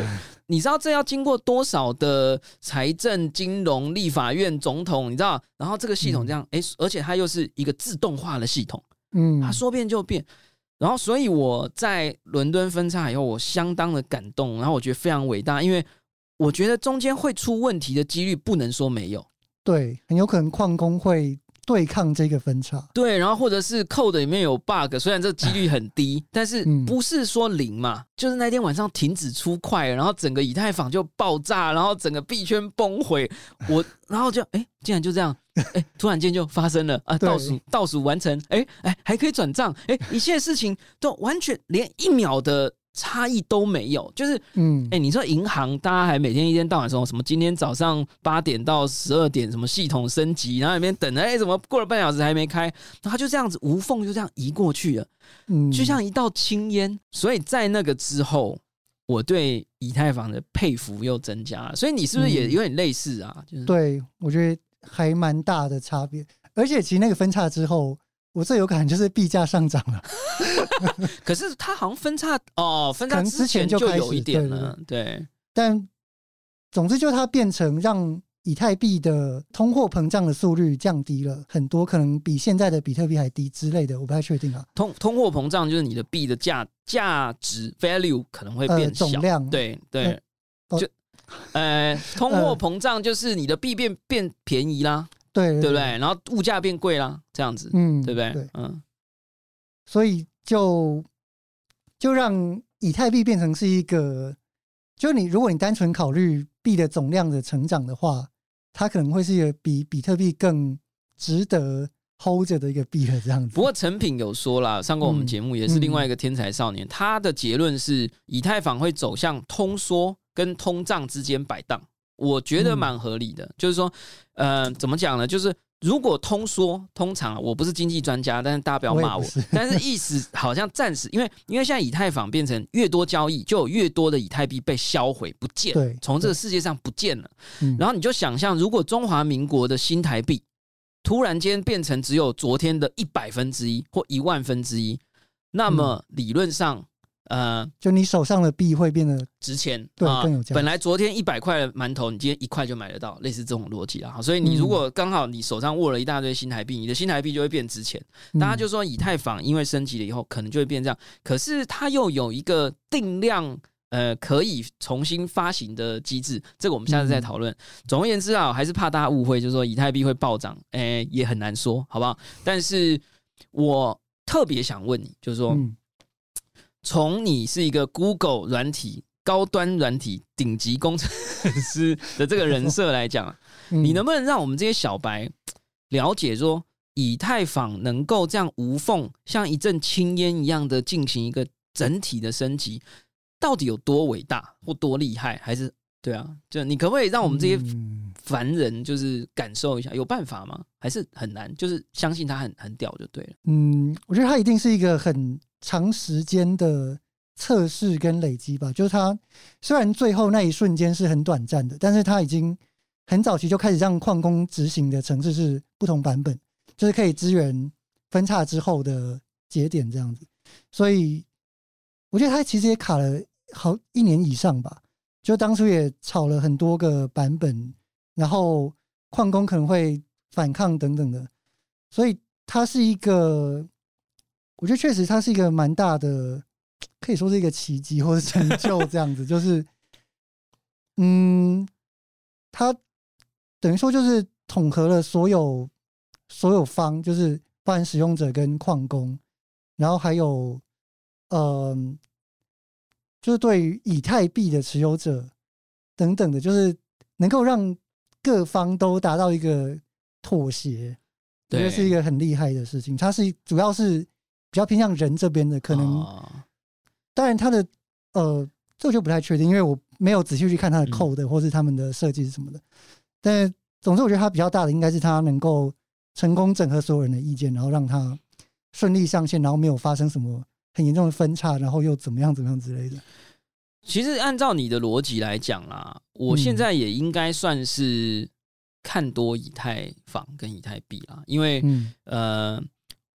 你知道这要经过多少的财政、金融、立法院、总统，你知道？然后这个系统这样，而且它又是一个自动化的系统，它说变就变。然后，所以我在伦敦分叉以后，我相当的感动，然后我觉得非常伟大，因为我觉得中间会出问题的几率不能说没有， 对，很有可能矿工会对抗这个分叉， 对，然后或者是 code 里面有 bug， 虽然这几率很低，但是不是说零嘛，就是那天晚上停止出块，然后整个以太坊就爆炸，然后整个币圈崩毁，然后就竟然就这样，突然间就发生了啊，倒数完成，还可以转账，一切事情都完全连1秒的差异都没有，就是你说银行大家还每天一天到晚说什么今天早上8点到12点什么系统升级，然后里面等了怎么过了半小时还没开，然后他就这样子无缝就这样移过去了，就像一道青烟。所以在那个之后，我对以太坊的佩服又增加了。所以你是不是也有点类似啊？就是对，我觉得还蛮大的差别。而且其实那个分叉之后，我最有感就是币价上涨了。 可是它好像分叉之前就有一点了，对。 但总之就它变成让以太币的通货膨胀的速率降低了很多，可能比现在的比特币还低之类的，我不太确定啊。 通货膨胀就是你的币的价值 value 可能会变小， 总量对，就通货膨胀就是你的币变便宜啦，对不对？然后物价变贵啦，这样子，对不对？ 对，所以就让以太币变成是一个，就如果你单纯考虑币的总量的成长的话，它可能会是一个比比特币更值得 hold 着的一个币了，这样子。 不过陈品有说啦，上过我们节目，也是另外一个天才少年，他的结论是以太坊会走向通缩跟通胀之间摆荡，我觉得蛮合理的。就是说，怎么讲呢？就是如果通缩，通常我不是经济专家，但是大家不要骂我。但是意思好像暂时，因为现在以太坊变成越多交易，就有越多的以太币被销毁不见，从这个世界上不见了。然后你就想象，如果中华民国的新台币突然间变成只有昨天的100%或10000%，那么理论上， 就你手上的币会变得值钱， 对，更有价值。 本来昨天100块的馒头，你今天1块就买得到，类似这种逻辑啦。所以你如果刚好你手上握了一大堆新台币，你的新台币就会变值钱。大家就说以太坊因为升级了以后，可能就会变这样。可是它又有一个定量可以重新发行的机制，这个我们下次再讨论。总而言之啊，还是怕大家误会，就是说以太币会暴涨，也很难说，好不好？但是我特别想问你，就是说。从你是一个 Google 软体高端软体顶级工程师的这个人设来讲，你能不能让我们这些小白了解说，以太坊能够这样无缝像一阵青烟一样的进行一个整体的升级，到底有多伟大或多厉害？还是对啊，就你可不可以让我们这些凡人就是感受一下，有办法吗？还是很难？就是相信他很屌就对了。 我觉得他一定是一个很长时间的测试跟累积吧，就是它虽然最后那一瞬间是很短暂的，但是它已经很早期就开始让矿工执行的程式是不同版本，就是可以支援分叉之后的节点这样子。所以我觉得它其实也卡了好1年以上吧，就当初也炒了很多个版本，然后矿工可能会反抗等等的，所以它是一个。我觉得确实它是一个蛮大的，可以说是一个奇迹或是成就这样子，就是它等于说就是统合了所有方，就是包含使用者跟矿工，然后还有就是对于以太币的持有者等等的，就是能够让各方都达到一个妥协，我觉得是一个很厉害的事情。它是主要是比较偏向人这边的，可能当然它的这我就不太确定，因为我没有仔细去看它的 code 或是他们的设计是什么的。但总之我觉得它比较大的应该是它能够成功整合所有人的意见，然后让它顺利上线，然后没有发生什么很严重的分叉，然后又怎么样之类的。 其实按照你的逻辑来讲啦，我现在也应该算是看多以太坊跟以太币啦，因为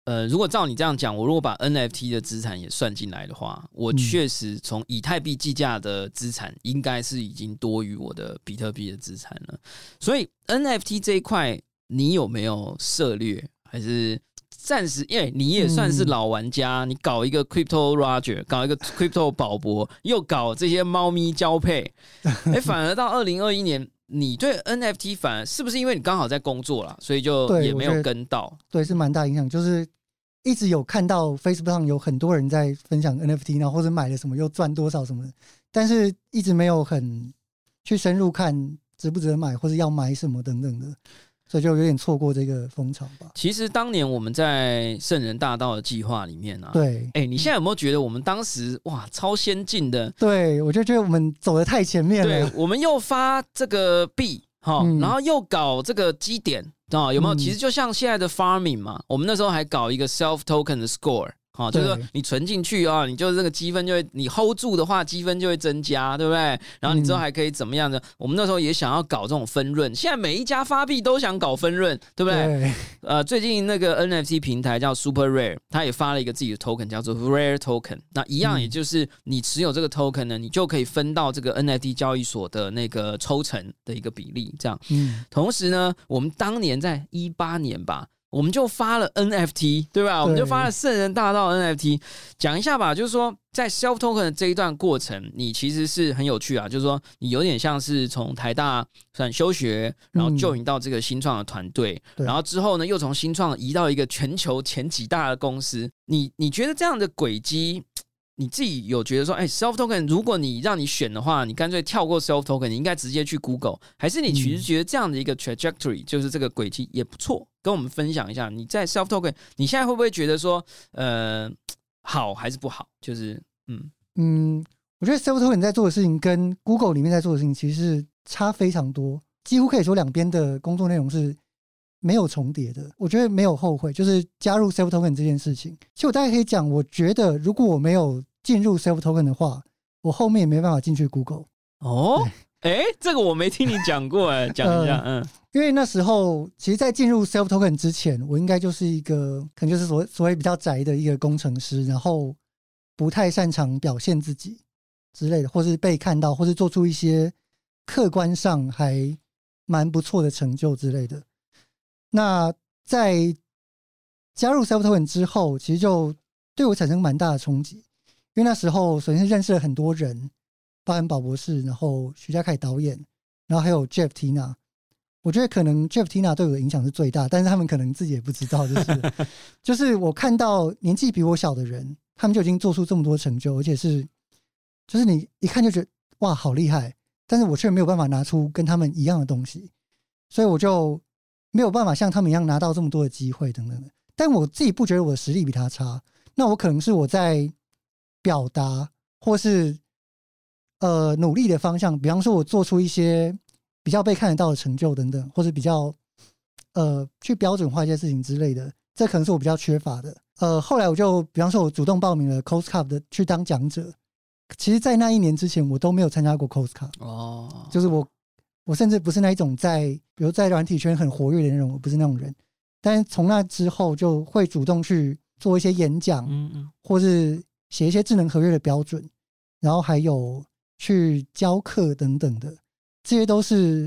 如果照你这样讲，我如果把 NFT 的资产也算进来的话，我确实从以太币计价的资产应该是已经多于我的比特币的资产了。所以 NFT 这一块，你有没有涉猎？还是暂时，因为你也算是老玩家，你搞一个 Crypto Roger， 搞一个 Crypto 宝博，又搞这些猫咪交配，反而到2021年。你对 NFT 反而是不是因为你刚好在工作啦，所以就也没有跟到？ 对，是蛮大影响。就是一直有看到 Facebook 上有很多人在分享 NFT， 然后或者买了什么又赚多少什么的，但是一直没有很去深入看值不值得买或者要买什么等等的。所以就有点错过这个风潮吧。 其实当年我们在圣人大道的计划里面啊， 对， 你现在有没有觉得我们当时哇超先进的？ 对，我就觉得我们走得太前面了。 对，我们又发这个币，然后又搞这个基点，有没有？其实就像现在的 farming 嘛，我们那时候还搞一个 self token 的 score。就是说你存进去啊，你就这个积分就会，你 hold 住的话，积分就会增加，对不对？然后你之后还可以怎么样呢？我们那时候也想要搞这种分润，现在每一家发币都想搞分润，对不对？最近那个 NFT 平台叫 Super Rare， 它也发了一个自己的 token， 叫做 Rare Token。那一样，也就是你持有这个 token 呢，你就可以分到这个 NFT 交易所的那个抽成的一个比例，这样。同时呢，我们当年在18年吧。我们就发了 NFT， 对吧？我们就发了圣人大道 NFT。讲一下吧，就是说在 self token 的这一段过程，你其实是很有趣啊。就是说，你有点像是从台大算休学，然后join到这个新创的团队，然后之后呢，又从新创移到一个全球前几大的公司。你觉得这样的轨迹？你自己有觉得说self token 如果你让你选的话，你干脆跳过 self token， 你应该直接去 Google， 还是你其实觉得这样的一个 trajectory 就是这个轨迹也不错，跟我们分享一下你在 self token 你现在会不会觉得说好还是不好？就是我觉得 self token 在做的事情跟 Google 里面在做的事情其实是差非常多，几乎可以说两边的工作内容是没有重叠的。我觉得没有后悔，就是加入 self token 这件事情。其实我大概可以讲，我觉得如果我没有进入 self token 的话，我后面也没办法进去 Google。 这个我没听你讲过，讲一下。 因为那时候其实在进入 self token 之前，我应该就是一个可能就是所谓比较宅的一个工程师，然后不太擅长表现自己之类的，或是被看到，或是做出一些客观上还蛮不错的成就之类的。那在加入 self token 之后，其实就对我产生蛮大的冲击，因为那时候首先是认识了很多人，包含宝博士，然后徐家凯导演，然后还有 Jeff Tina。我觉得可能 Jeff Tina 对我的影响是最大，但是他们可能自己也不知道，就是我看到年纪比我小的人，他们就已经做出这么多成就，而且是就是你一看就觉得哇好厉害，但是我却没有办法拿出跟他们一样的东西，所以我就没有办法像他们一样拿到这么多的机会等等的。但我自己不觉得我的实力比他差，那我可能是我在表达或是努力的方向，比方说我做出一些比较被看得到的成就等等，或者比较去标准化一些事情之类的，这可能是我比较缺乏的。后来我就比方说我主动报名了 Coast Cup 的去当讲者，其实在那1年之前我都没有参加过 Coast Cup。就是我甚至不是那一种比如在软体圈很活跃的那种，我不是那种人。但是从那之后就会主动去做一些演讲，或是写一些智能合约的标准，然后还有去教课等等的，这些都是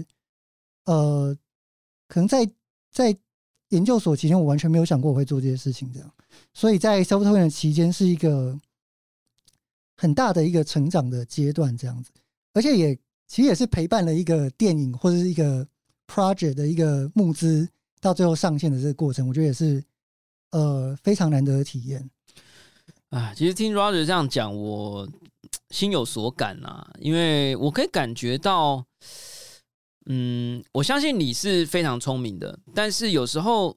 可能在研究所期间我完全没有想过我会做这些事情这样。所以在 self token 的期间是一个很大的一个成长的阶段这样子，而且其实也是陪伴了一个电影或者是一个 project 的一个募资到最后上线的这个过程，我觉得也是非常难得的体验。 其实听 Roger 这样讲，我心有所感啊，因为我可以感觉到，我相信你是非常聪明的，但是有时候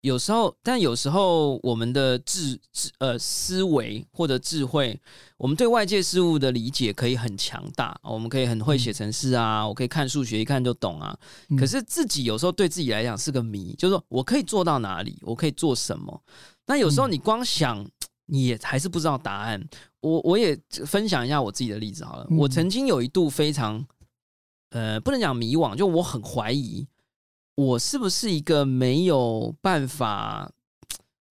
我们的思维或者智慧，我们对外界事物的理解可以很强大，我们可以很会写程式啊，我可以看数学一看就懂啊。可是自己有时候对自己来讲是个谜，就是说我可以做到哪里，我可以做什么。那有时候你光想，你也还是不知道答案。我也分享一下我自己的例子好了。我曾经有一度非常不能讲迷惘，就我很怀疑我是不是一个没有办法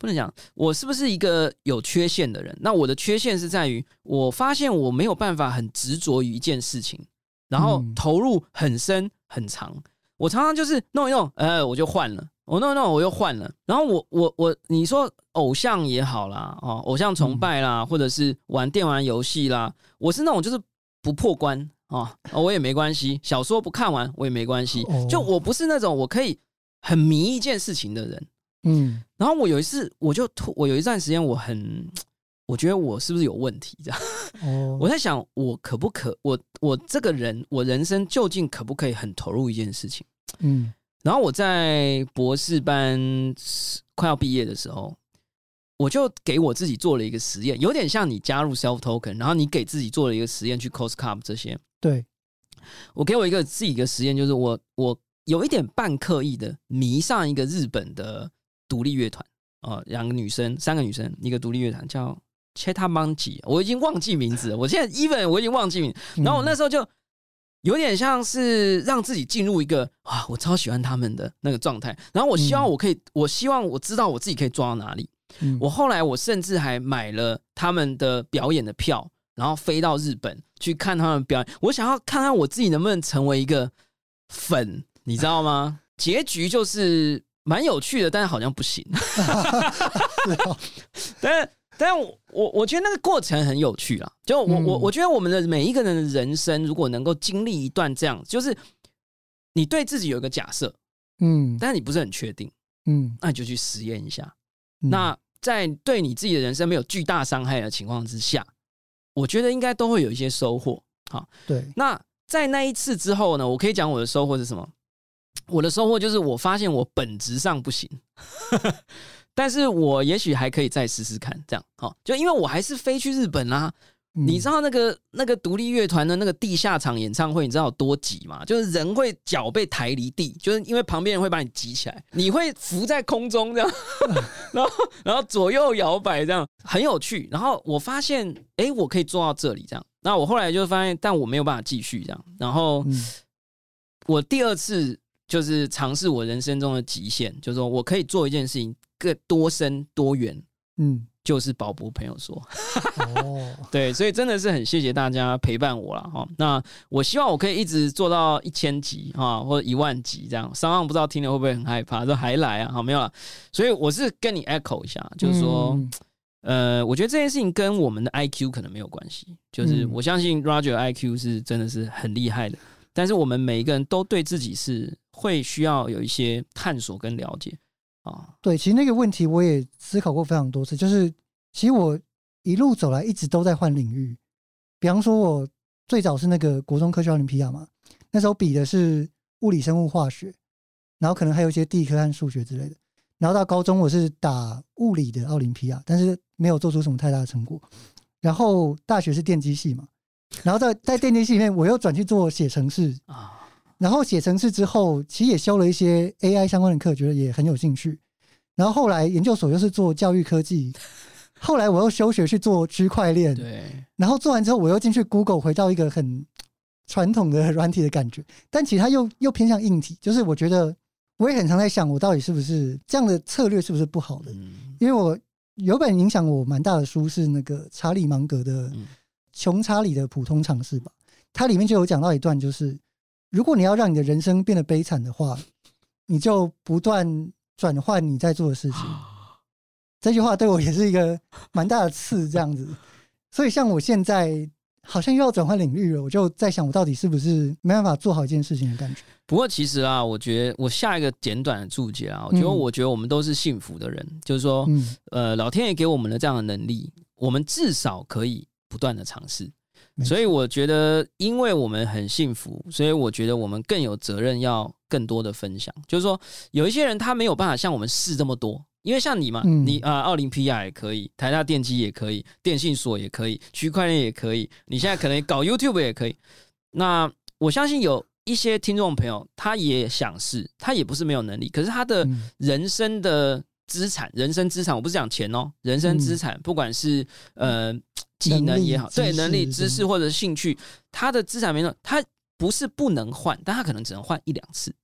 不能讲我是不是一个有缺陷的人。那我的缺陷是在于，我发现我没有办法很执着于一件事情，然后投入很深很长。我常常就是弄一弄，我就换了，我弄一弄我又换了。然后你说偶像也好啦，偶像崇拜啦，或者是玩电玩游戏啦，我是那种就是不破关我也没关系，小说不看完我也没关系，就我不是那种我可以很迷一件事情的人。然后我有一段时间我觉得我是不是有问题这样？我在想我可不可我这个人我人生究竟可不可以很投入一件事情？然后我在博士班快要毕业的时候，我就给我自己做了一个实验，有点像你加入 self token， 然后你给自己做了一个实验去 cost cup 这些。 对， 我给我自己一个实验，就是我有一点半刻意的迷上一个日本的独立乐团3个女生，一个独立乐团叫 Chetamanji， 我已经忘记名字了。我现在 even 我已经忘记名字，然后我那时候就有点像是让自己进入一个我超喜欢他们的那个状态，然后我希望我知道我自己可以做到哪里。后来我甚至还买了他们的表演的票，然后飞到日本去看他们表演。我想要看看我自己能不能成为一个粉，你知道吗？结局就是蛮有趣的，但是好像不行。但我觉得那个过程很有趣啦。就我觉得我们的每一个人的人生，如果能够经历一段这样，就是你对自己有一个假设，但是你不是很确定，那你就去实验一下。那在对你自己的人生没有巨大伤害的情况之下，我觉得应该都会有一些收获。好， 对。 那在那一次之后呢，我可以讲我的收获是什么？我的收获就是我发现我本质上不行，但是我也许还可以再试试看，这样就因为我还是飞去日本啦。你知道那个独立乐团的那个地下场演唱会，你知道有多挤吗？就是人会脚被抬离地，就是因为旁边人会把你挤起来，你会浮在空中这样，然后左右摇摆这样，很有趣。然后我发现，我可以做到这里这样。那我后来就发现，但我没有办法继续这样。然后我第二次就是尝试我人生中的极限，就是说我可以做一件事情，更多深多远，就是宝博朋友说对，所以真的是很谢谢大家陪伴我啦。那我希望我可以一直做到1000集或者10000集这样。商岸不知道听了会不会很害怕，说还来啊？好，没有啦。所以我是跟你 echo 一下，就是说我觉得这件事情跟我们的 IQ 可能没有关系，就是我相信 Roger 的 IQ 是真的是很厉害的，但是我们每一个人都对自己是会需要有一些探索跟了解。 对，其实那个问题我也思考过非常多次，就是其实我一路走来一直都在换领域。比方说我最早是那个国中科学奥林匹亚嘛，那时候比的是物理、生物、化学，然后可能还有一些地科和数学之类的。然后到高中我是打物理的奥林匹亚，但是没有做出什么太大的成果。然后大学是电机系嘛，然后在电机系里面我又转去做写程式然后写程式之后，其实也修了一些 AI 相关的课，觉得也很有兴趣。然后后来研究所又是做教育科技，后来我又休学去做区块链， 对。 然后做完之后，我又进去 Google， 回到一个很传统的软体的感觉，但其实它又偏向硬体。就是我觉得我也很常在想，我到底是不是这样的策略是不是不好的？因为我有本影响我蛮大的书是那个查理芒格的《穷查理的普通常识》吧，它里面就有讲到一段，就是如果你要让你的人生变得悲惨的话，你就不断转换你在做的事情。这句话对我也是一个蛮大的刺，这样子。所以像我现在好像又要转换领域了，我就在想我到底是不是没办法做好一件事情的感觉。 不过其实我觉得我下一个简短的注解我觉得我们都是幸福的人，就是说老天爷给我们的这样的能力，我们至少可以不断的尝试。所以我觉得因为我们很幸福，所以我觉得我们更有责任要更多的分享。就是说有一些人他没有办法像我们试这么多，因为像你嘛，你奥林匹亚也可以，台大电机也可以，电信所也可以，区块链也可以，你现在可能搞 YouTube 也可以。那我相信有一些听众朋友他也想试，他也不是没有能力，可是他的人生的资产，人生资产，我不是讲钱人生资产，不管是技能也好，对，能力、知识或者兴趣，他的资产没有，他不是不能换，但他可能只能换1-2次。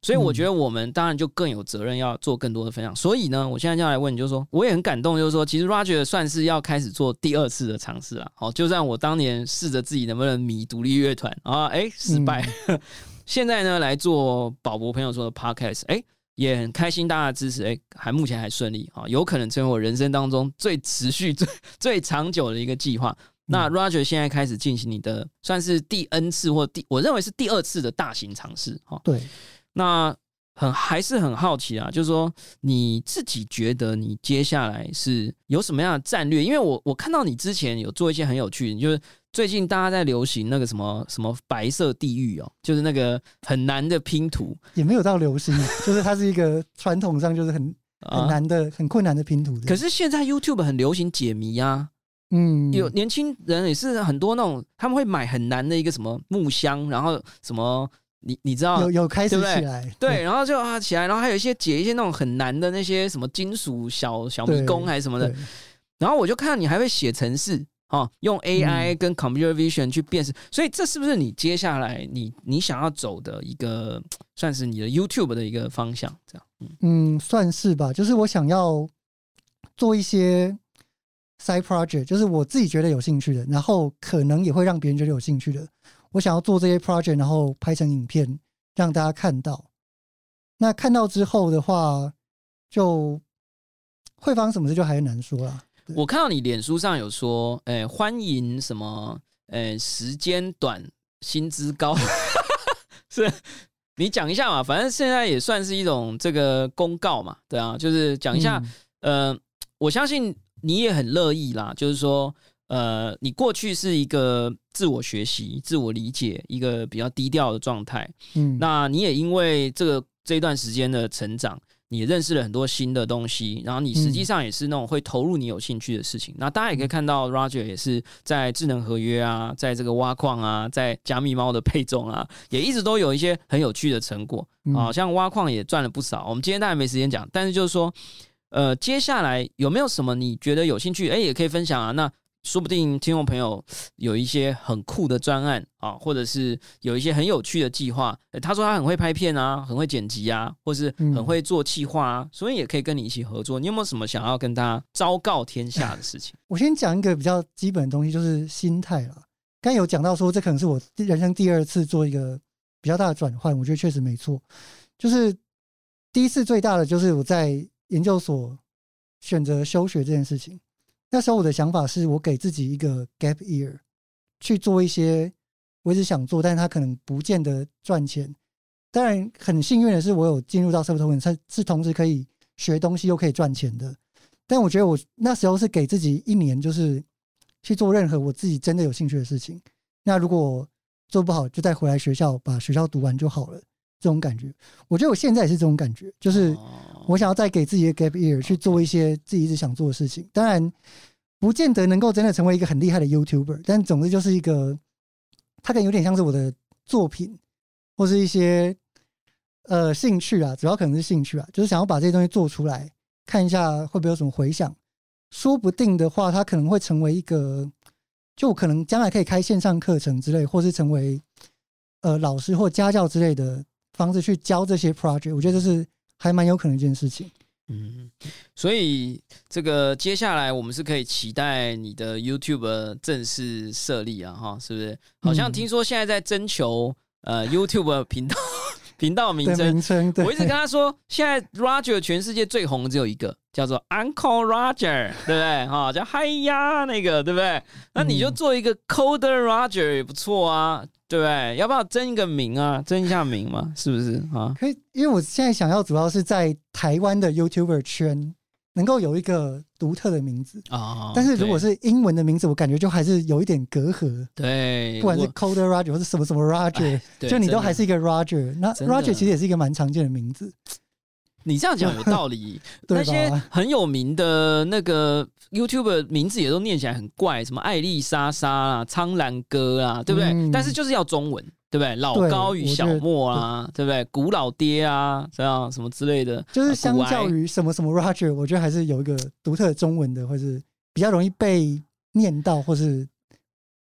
所以我觉得我们当然就更有责任要做更多的分享。所以呢，我现在就要来问你，就是说，我也很感动，就是说，其实 Roger 算是要开始做第2次的尝试了。好，就算我当年试着自己能不能迷独立乐团啊，失败。现在呢，来做宝博朋友说的 Podcast，也很开心大家的支持，目前还顺利啊，有可能成为我人生当中最持续、最长久的一个计划。那 Roger 现在开始进行你的算是第 N 次或我认为是第2次的大型尝试哈。 对， 那还是很好奇啊，就是说你自己觉得你接下来是有什么样的战略？因为我看到你之前有做一些很有趣的，就是最近大家在流行那个什么白色地狱哦，就是那个很难的拼图， 也没有到流行，就是它是一个传统上就是很难的、很困难的拼图的。 可是现在 YouTube 很流行解谜啊。有年轻人也是很多那种，他们会买很难的一个什么木箱，然后什么你知道有开始起来， 对，然后就起来，然后还有解一些那种很难的那些什么金属小迷宫还是什么的，然后我就看到你还会写程式用 AI 跟 Computer Vision 去辨识，所以这是不是你接下来你想要走的一个算是你的 YouTube 的一个方向？这样， 算是吧，就是我想要做一些side project， 就是我自己觉得有兴趣的，然后可能也会让别人觉得有兴趣的。我想要做这些 project， 然后拍成影片让大家看到。那看到之后的话，就会发生什么事就还很难说啦。 我看到你脸书上有说，欢迎什么，时间短，薪资高，是你讲一下嘛？反正现在也算是一种这个公告嘛，对啊，就是讲一下，我相信你也很乐意啦，就是说，你过去是一个自我学习、自我理解一个比较低调的状态，那你也因为这一段时间的成长，你认识了很多新的东西，然后你实际上也是那种会投入你有兴趣的事情。那大家也可以看到 Roger 也是在智能合约啊，在这个挖矿啊，在加密猫的配种啊，也一直都有一些很有趣的成果啊，像挖矿也赚了不少。我们今天当然没时间讲，但是就是说，接下来有没有什么你觉得有兴趣？也可以分享啊。那说不定听众朋友有一些很酷的专案啊，或者是有一些很有趣的计划。他说他很会拍片啊，很会剪辑啊，或是很会做企划啊，所以也可以跟你一起合作。你有没有什么想要跟大家昭告天下的事情？ 我先讲一个比较基本的东西，就是心态啦。刚才有讲到说，这可能是我人生第2次做一个比较大的转换，我觉得确实没错。就是第1次最大的就是我在研究所选择休学这件事情。那时候我的想法是我给自己一个 gap year 去做一些我一直想做，但是它可能不见得赚钱。当然很幸运的是我有进入到社会投资，是同时可以学东西又可以赚钱的。但我觉得我那时候是给自己1年，就是去做任何我自己真的有兴趣的事情。那如果做不好就再回来学校把学校读完就好了，这种感觉。我觉得我现在也是这种感觉，就是我想要再给自己的 gap year 去做一些自己一直想做的事情。当然不见得能够真的成为一个很厉害的 YouTuber， 但总之就是一个，它可能有点像是我的作品或是一些兴趣啊，主要可能是兴趣啊，就是想要把这些东西做出来，看一下会不会有什么回响。说不定的话，它可能会成为一个，就可能将来可以开线上课程之类，或是成为老师或家教之类的方式去教这些 project。我觉得这是还蛮有可能一件事情。 所以这个接下来我们是可以期待你的 YouTube 正式设立啊，哈，是不是？好像听说现在在征求YouTube 频道名称，我一直跟他说，现在 Roger 全世界最红的只有一个，叫做 Uncle Roger， 对不对？哈，叫嗨呀那个，对不对？那你就做一个 Coder Roger 也不错啊，对不对？要不要争一个名啊？争一下名嘛，是不是啊？ 可以，因为我现在想要主要是在台湾的 YouTuber 圈能够有一个独特的名字啊，但是如果是英文的名字，我感觉就还是有一点隔阂。 对， 不管是 Coder Roger 或是什么什么 Roger， 就你都还是一个 Roger。那 Roger 其实也是一个蛮常见的名字。 你这样讲有道理，那些很有名的那个 YouTuber 名字也都念起来很怪，什么艾丽莎莎啦、苍兰哥啦，对不对？但是就是要中文，对不对？老高与小莫啊，对不对？古老爹啊，这样什么之类的， 就是相较于什么什么 Roger， 我觉得还是有一个独特的中文的，或是比较容易被念到，或是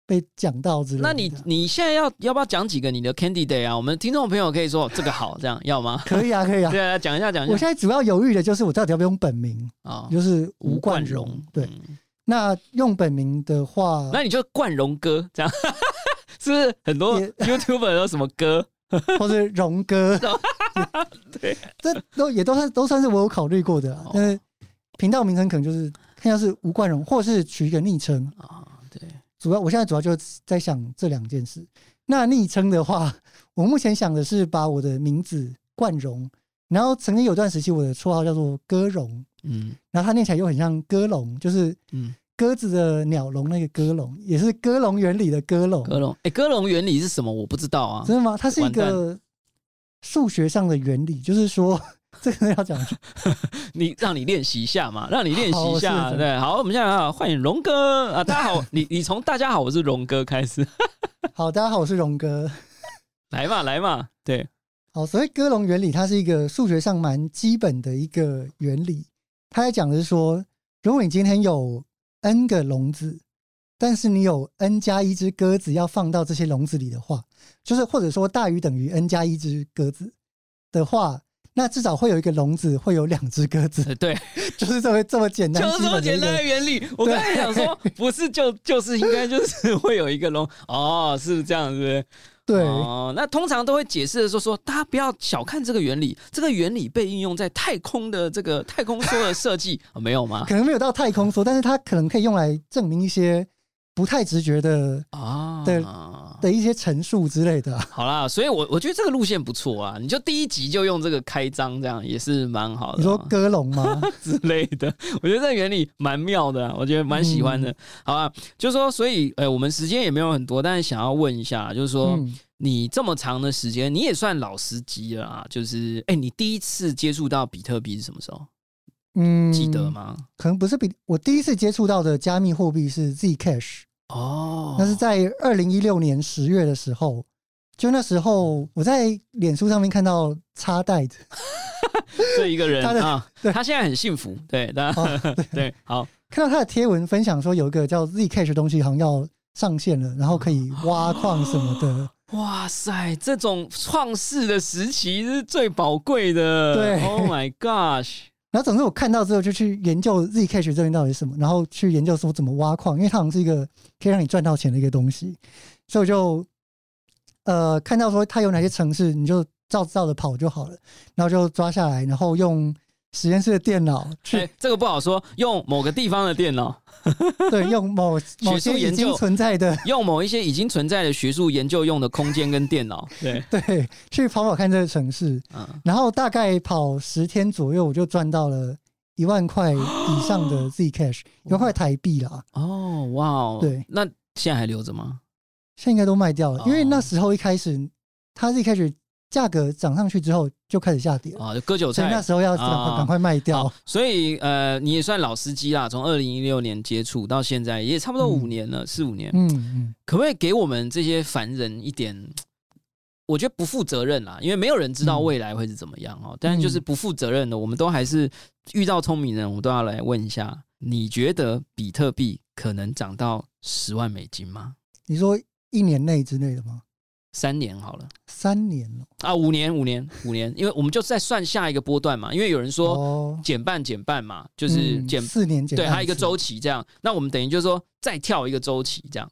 被讲到之类的。 那你现在要不要讲几个你的 candidate 啊？我们听众朋友可以说这个好，这样要吗？ 可以啊，可以啊。 对啊，讲一下。 我现在主要犹豫的就是我到底要不要用本名啊， 就是吴冠荣。对，那用本名的话， 那你就冠荣哥这样，是不是很多 YouTuber 有什么哥， 或是荣哥？ 对， 这都算是我有考虑过的。但是频道名称可能就是看像是吴冠荣，或是取一个昵称啊。 对， 我现在主要就在想这2件事。那昵称的话，我目前想的是把我的名字冠荣，然后曾经有段时期我的绰号叫做歌荣，然后它念起来又很像歌龙，就是鸽子的鸟笼那个歌龙，也是鸽笼原理的歌龙。 歌笼原理是什么？我不知道啊。 真的吗？它是一个数学上的原理，就是说。这个要讲让你练习一下嘛，让你练习一下。对，好，我们现在欢迎荣哥啊！大家好，你从大家好，我是荣哥开始。 好，大家好，我是荣哥。 来嘛，对。 好，所谓鸽笼原理，它是一个数学上蛮基本的一个原理。它在讲的是说，如果你今天有 n 个笼子，但是你有 n 加1只鸽子要放到这些笼子里的话，就是或者说大于等于 n 加1只鸽子的话。那至少会有一个笼子，会有2只鸽子。 对， 就是这么简单， 就是这么简单的原理。我刚才想说，不是就是应该就是会有一个笼哦，是这样子。 对哦，那通常都会解释的说，大家不要小看这个原理，这个原理被应用在太空的这个太空梭的设计，没有吗？ 可能没有到太空梭，但是它可能可以用来证明一些不太直觉的的一些陈述之类的。 好啦，所以我觉得这个路线不错啊，你就第1集就用这个开张，这样也是蛮好的。 你说鸽笼吗之类的？我觉得这个原理蛮妙的，我觉得蛮喜欢的。好啊，就是说，所以我们时间也没有很多，但是想要问一下，就是说，你这么长的时间，你也算老司机了啊。就是你第一次接触到比特币是什么时候？记得吗？ 可能不是我第一次接触到的加密货币是 Zcash。那是在2016年10月的时候，就那时候我在脸书上面看到插袋子这一个人啊，他现在很幸福，对，对，好， 看到他的贴文分享说有一个叫 Zcash 的东西好像要上线了，然后可以挖矿什么的。 哇塞，这种创世的时期是最宝贵的。 对 ，Oh my gosh。 然后总之我看到之后就去研究 Zcash 这边到底是什么，然后去研究说怎么挖矿，因为它好像是一个可以让你赚到钱的一个东西，所以我就看到说它有哪些程式，你就照着跑就好了，然后就抓下来，然后用实验室的电脑去， 这个不好说，用某个地方的电脑， 对，用某些已经存在的， 用某一些已经存在的学术研究用的空间跟电脑， 对，去跑看这个程式，然后大概跑10天左右，我就赚到了1万块以上的 Zcash，1万块台币啦。 哦，哇哦， 对， 那现在还留着吗？ 现在应该都卖掉了，因为那时候一开始它Zcash价格涨上去之后就开始下跌啊，就割韭菜。 所以那时候要赶快卖掉。 所以你也算老司机啦，从2016年接触到现在也差不多5年了，4-5年。可不可以给我们这些凡人一点？我觉得不负责任啦，因为没有人知道未来会是怎么样哦。但是就是不负责任的，我们都还是遇到聪明人，我们都要来问一下：你觉得比特币可能涨到10万美金吗？ 你说1年内之类的吗 ？3年好了 ，3年了啊，5年，因为我们就再算下一个波段嘛，因为有人说减半嘛，就是 4年减半， 对，还有一个周期这样。那我们等于就是说再跳一个周期这样。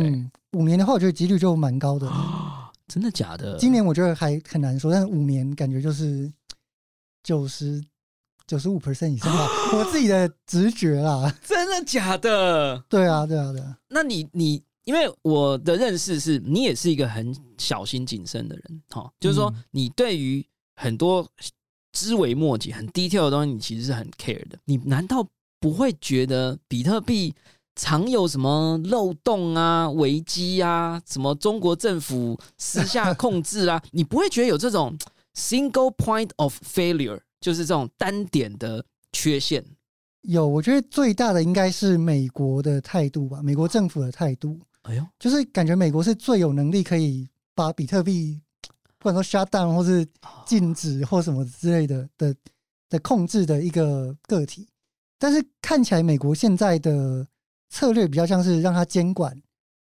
5年的话，我觉得几率就蛮高的。 真的假的？ 今年我觉得还很难说，但是5年感觉就是95% 以上吧，我自己的直觉啦。 真的假的？ 对啊。 那你因为我的认识是你也是一个很小心谨慎的人，就是说你对于很多枝微末节、很 detail 的东西，你其实是很 care 的。你难道不会觉得比特币常有什么漏洞啊、危机啊，什么中国政府私下控制啊？你不会觉得有这种 single point of failure， 就是这种单点的缺陷？ 有，我觉得最大的应该是美国的态度吧，美国政府的态度。就是感觉美国是最有能力可以把比特币不管说 shut down 或是禁止或什么之类的控制的一个个体，但是看起来美国现在的策略比较像是让它监管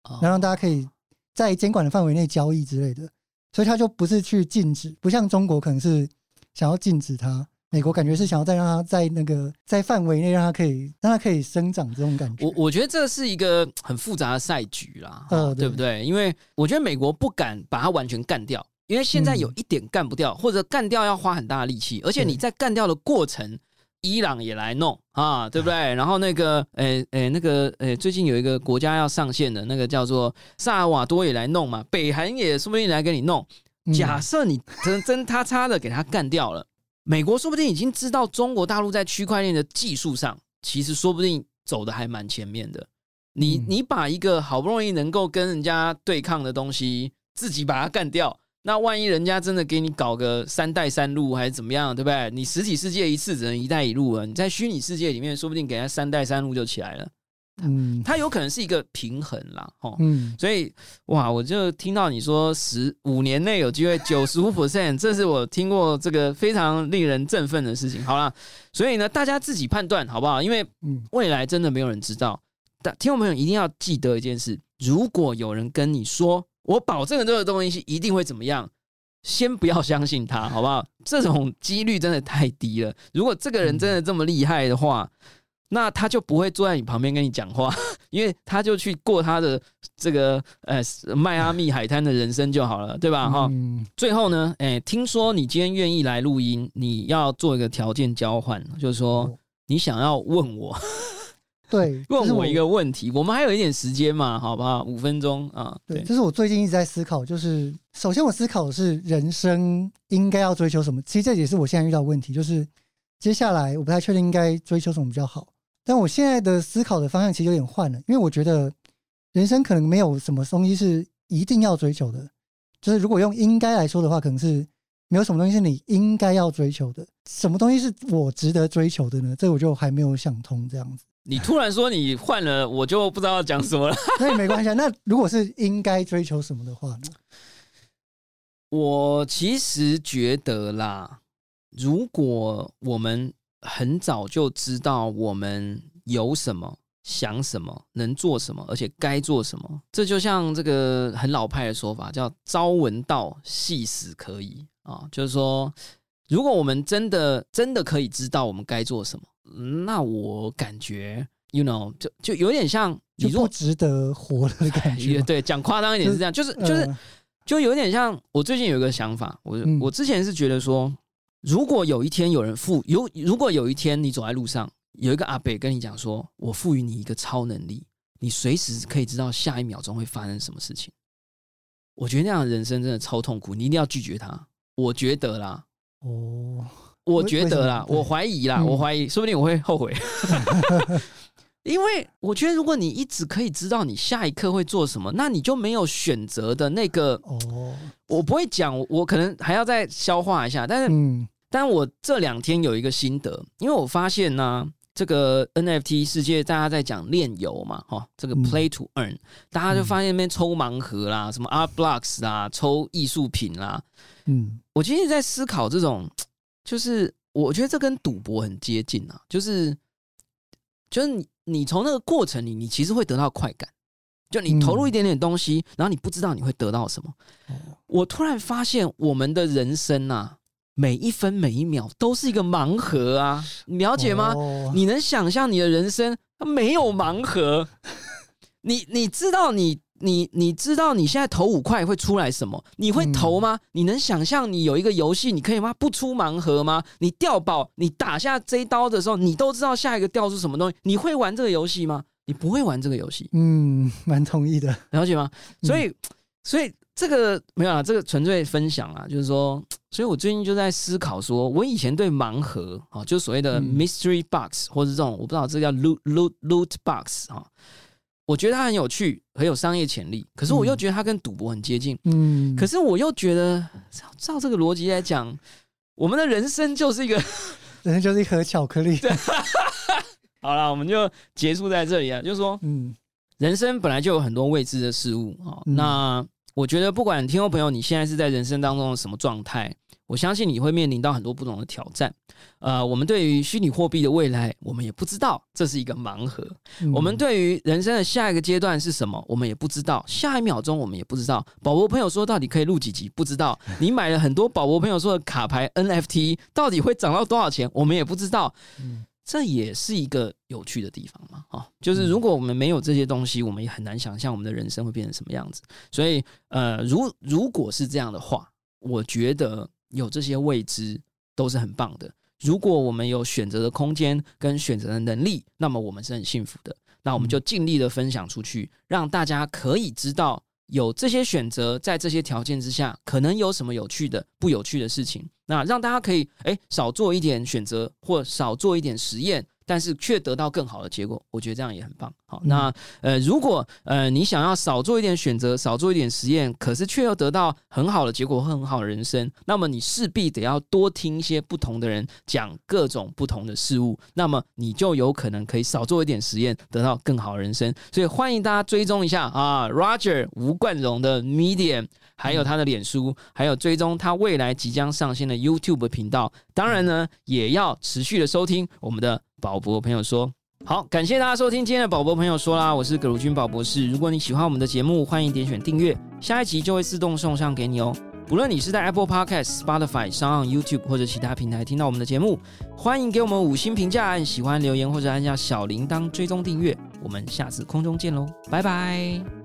然后让大家可以在监管的范围内交易之类的，所以他就不是去禁止，不像中国可能是想要禁止它，美国感觉是想要再让它在范围内让它可以生长这种感觉。 我觉得这是一个很复杂的赛局啦，对不对？因为我觉得美国不敢把它完全干掉，因为现在有一点干不掉，或者干掉要花很大的力气，而且你在干掉的过程，伊朗也来弄啊，对不对？然后最近有一个国家要上线的那个叫做萨尔瓦多也来弄嘛，北韩也说不定来给你弄。假设你真他叉的给他干掉了，美国说不定已经知道中国大陆在区块链的技术上，其实说不定走的还蛮前面的。你把一个好不容易能够跟人家对抗的东西，自己把它干掉，那万一人家真的给你搞个3带3路还是怎么样，对不对？你实体世界一次只能1带1路了，你在虚拟世界里面，说不定给他3带3路就起来了。它有可能是一个平衡啦，所以哇，我就听到你说5年内有机会95%，这是我听过这个非常令人振奋的事情。好啦，所以呢，大家自己判断好不好？因为未来真的没有人知道。听众朋友一定要记得一件事：如果有人跟你说我保证这个东西一定会怎么样，先不要相信他，好不好？这种几率真的太低了。如果这个人真的这么厉害的话，那他就不会坐在你旁边跟你讲话，因为他就去过他的这个迈阿密海滩的人生就好了，对吧？最后呢，听说你今天愿意来录音，你要做一个条件交换，就是说你想要问我， 对， 问我一个问题，我们还有一点时间嘛，好不好？5分钟啊。 对，这是我最近一直在思考，就是首先我思考的是人生应该要追求什么，其实这也是我现在遇到的问题，就是接下来我不太确定应该追求什么比较好。但我现在的思考的方向其实有点换了，因为我觉得人生可能没有什么东西是一定要追求的，就是如果用应该来说的话，可能是没有什么东西是你应该要追求的，什么东西是我值得追求的呢？这我就还没有想通这样子。 你突然说你换了，我就不知道要讲什么了。 所以没关系。那如果是应该追求什么的话呢？ 我其实觉得啦，如果我们很早就知道我们有什么、想什么、能做什么，而且该做什么，这就像这个很老派的说法，叫“朝闻道，夕死可矣”啊，就是说，如果我们真的可以知道我们该做什么，那我感觉 就有点像你就不值得活的感觉。 对，讲夸张一点是这样，就有点像我最近有一个想法，我之前是觉得说，如果有一天如果有一天你走在路上，有一个阿伯跟你讲说，我赋予你一个超能力，你随时可以知道下一秒钟会发生什么事情，我觉得那样的人生真的超痛苦，你一定要拒绝他。我觉得啦，我觉得啦，我怀疑啦，我怀疑，说不定我会后悔。因为我觉得，如果你一直可以知道你下一刻会做什么，那你就没有选择的那个。我不会讲，我可能还要再消化一下。但我这2天有一个心得，因为我发现呢，这个 NFT 世界大家在讲炼油嘛，这个 Play to Earn，大家就发现那边抽盲盒啦，什么 Art Blocks 啦，抽艺术品啦。我其实在思考这种，就是我觉得这跟赌博很接近啊，就是你从那个过程里，你其实会得到快感。就你投入一点点东西，然后你不知道你会得到什么。我突然发现，我们的人生啊，每一分每一秒都是一个盲盒啊，你了解吗？你能想象你的人生没有盲盒？你知道你知道你现在投5块会出来什么？你会投吗？你能想象你有一个游戏，你可以吗？不出盲盒吗？你掉宝，你打下这一刀的时候，你都知道下一个掉出什么东西，你会玩这个游戏吗？你不会玩这个游戏。 蛮同意的， 了解吗？所以这个没有啦，这个纯粹分享啦，就是说，所以我最近就在思考说，我以前对盲盒就所谓的 mystery box 或者这种我不知道这叫 loot box 我觉得它很有趣，很有商业潜力，可是我又觉得它跟赌博很接近。可是我又觉得照这个逻辑来讲，我们的人生就是一个盒巧克力。 好啦，我们就结束在这里啊，就是说，人生本来就有很多未知的事物那我觉得不管听众朋友你现在是在人生当中的什么状态， 我相信你会面临到很多不同的挑战。我们对于虚拟货币的未来，我们也不知道，这是一个盲盒。我们对于人生的下一个阶段是什么，我们也不知道。下一秒钟我们也不知道。宝博朋友说到底可以录几集，不知道。你买了很多宝博朋友说的卡牌 NFT， 到底会涨到多少钱，我们也不知道。这也是一个有趣的地方嘛，就是如果我们没有这些东西，我们也很难想象我们的人生会变成什么样子。所以，如果是这样的话，我觉得有这些未知都是很棒的。如果我们有选择的空间跟选择的能力，那么我们是很幸福的。那我们就尽力的分享出去，让大家可以知道有这些选择，在这些条件之下，可能有什么有趣的、不有趣的事情。那让大家可以少做一点选择，或少做一点实验，但是却得到更好的结果，我觉得这样也很棒。好，那如果你想要少做一点选择，少做一点实验，可是却又得到很好的结果和很好的人生，那么你势必得要多听一些不同的人讲各种不同的事物，那么你就有可能可以少做一点实验，得到更好的人生。所以欢迎大家追踪一下Roger 吴冠荣的 Medium， 还有他的脸书，还有追踪他未来即将上线的 YouTube 频道。当然呢，也要持续的收听我们的宝博朋友说。好，感谢大家收听今天的宝博朋友说啦，我是葛如君宝博士。如果你喜欢我们的节目，欢迎点选订阅，下一集就会自动送上给你哦。不论你是在 Apple Podcast、Spotify、SoundOn、YouTube 或者其他平台听到我们的节目，欢迎给我们5星评价、按喜欢留言或者按下小铃铛追踪订阅。我们下次空中见喽，拜拜。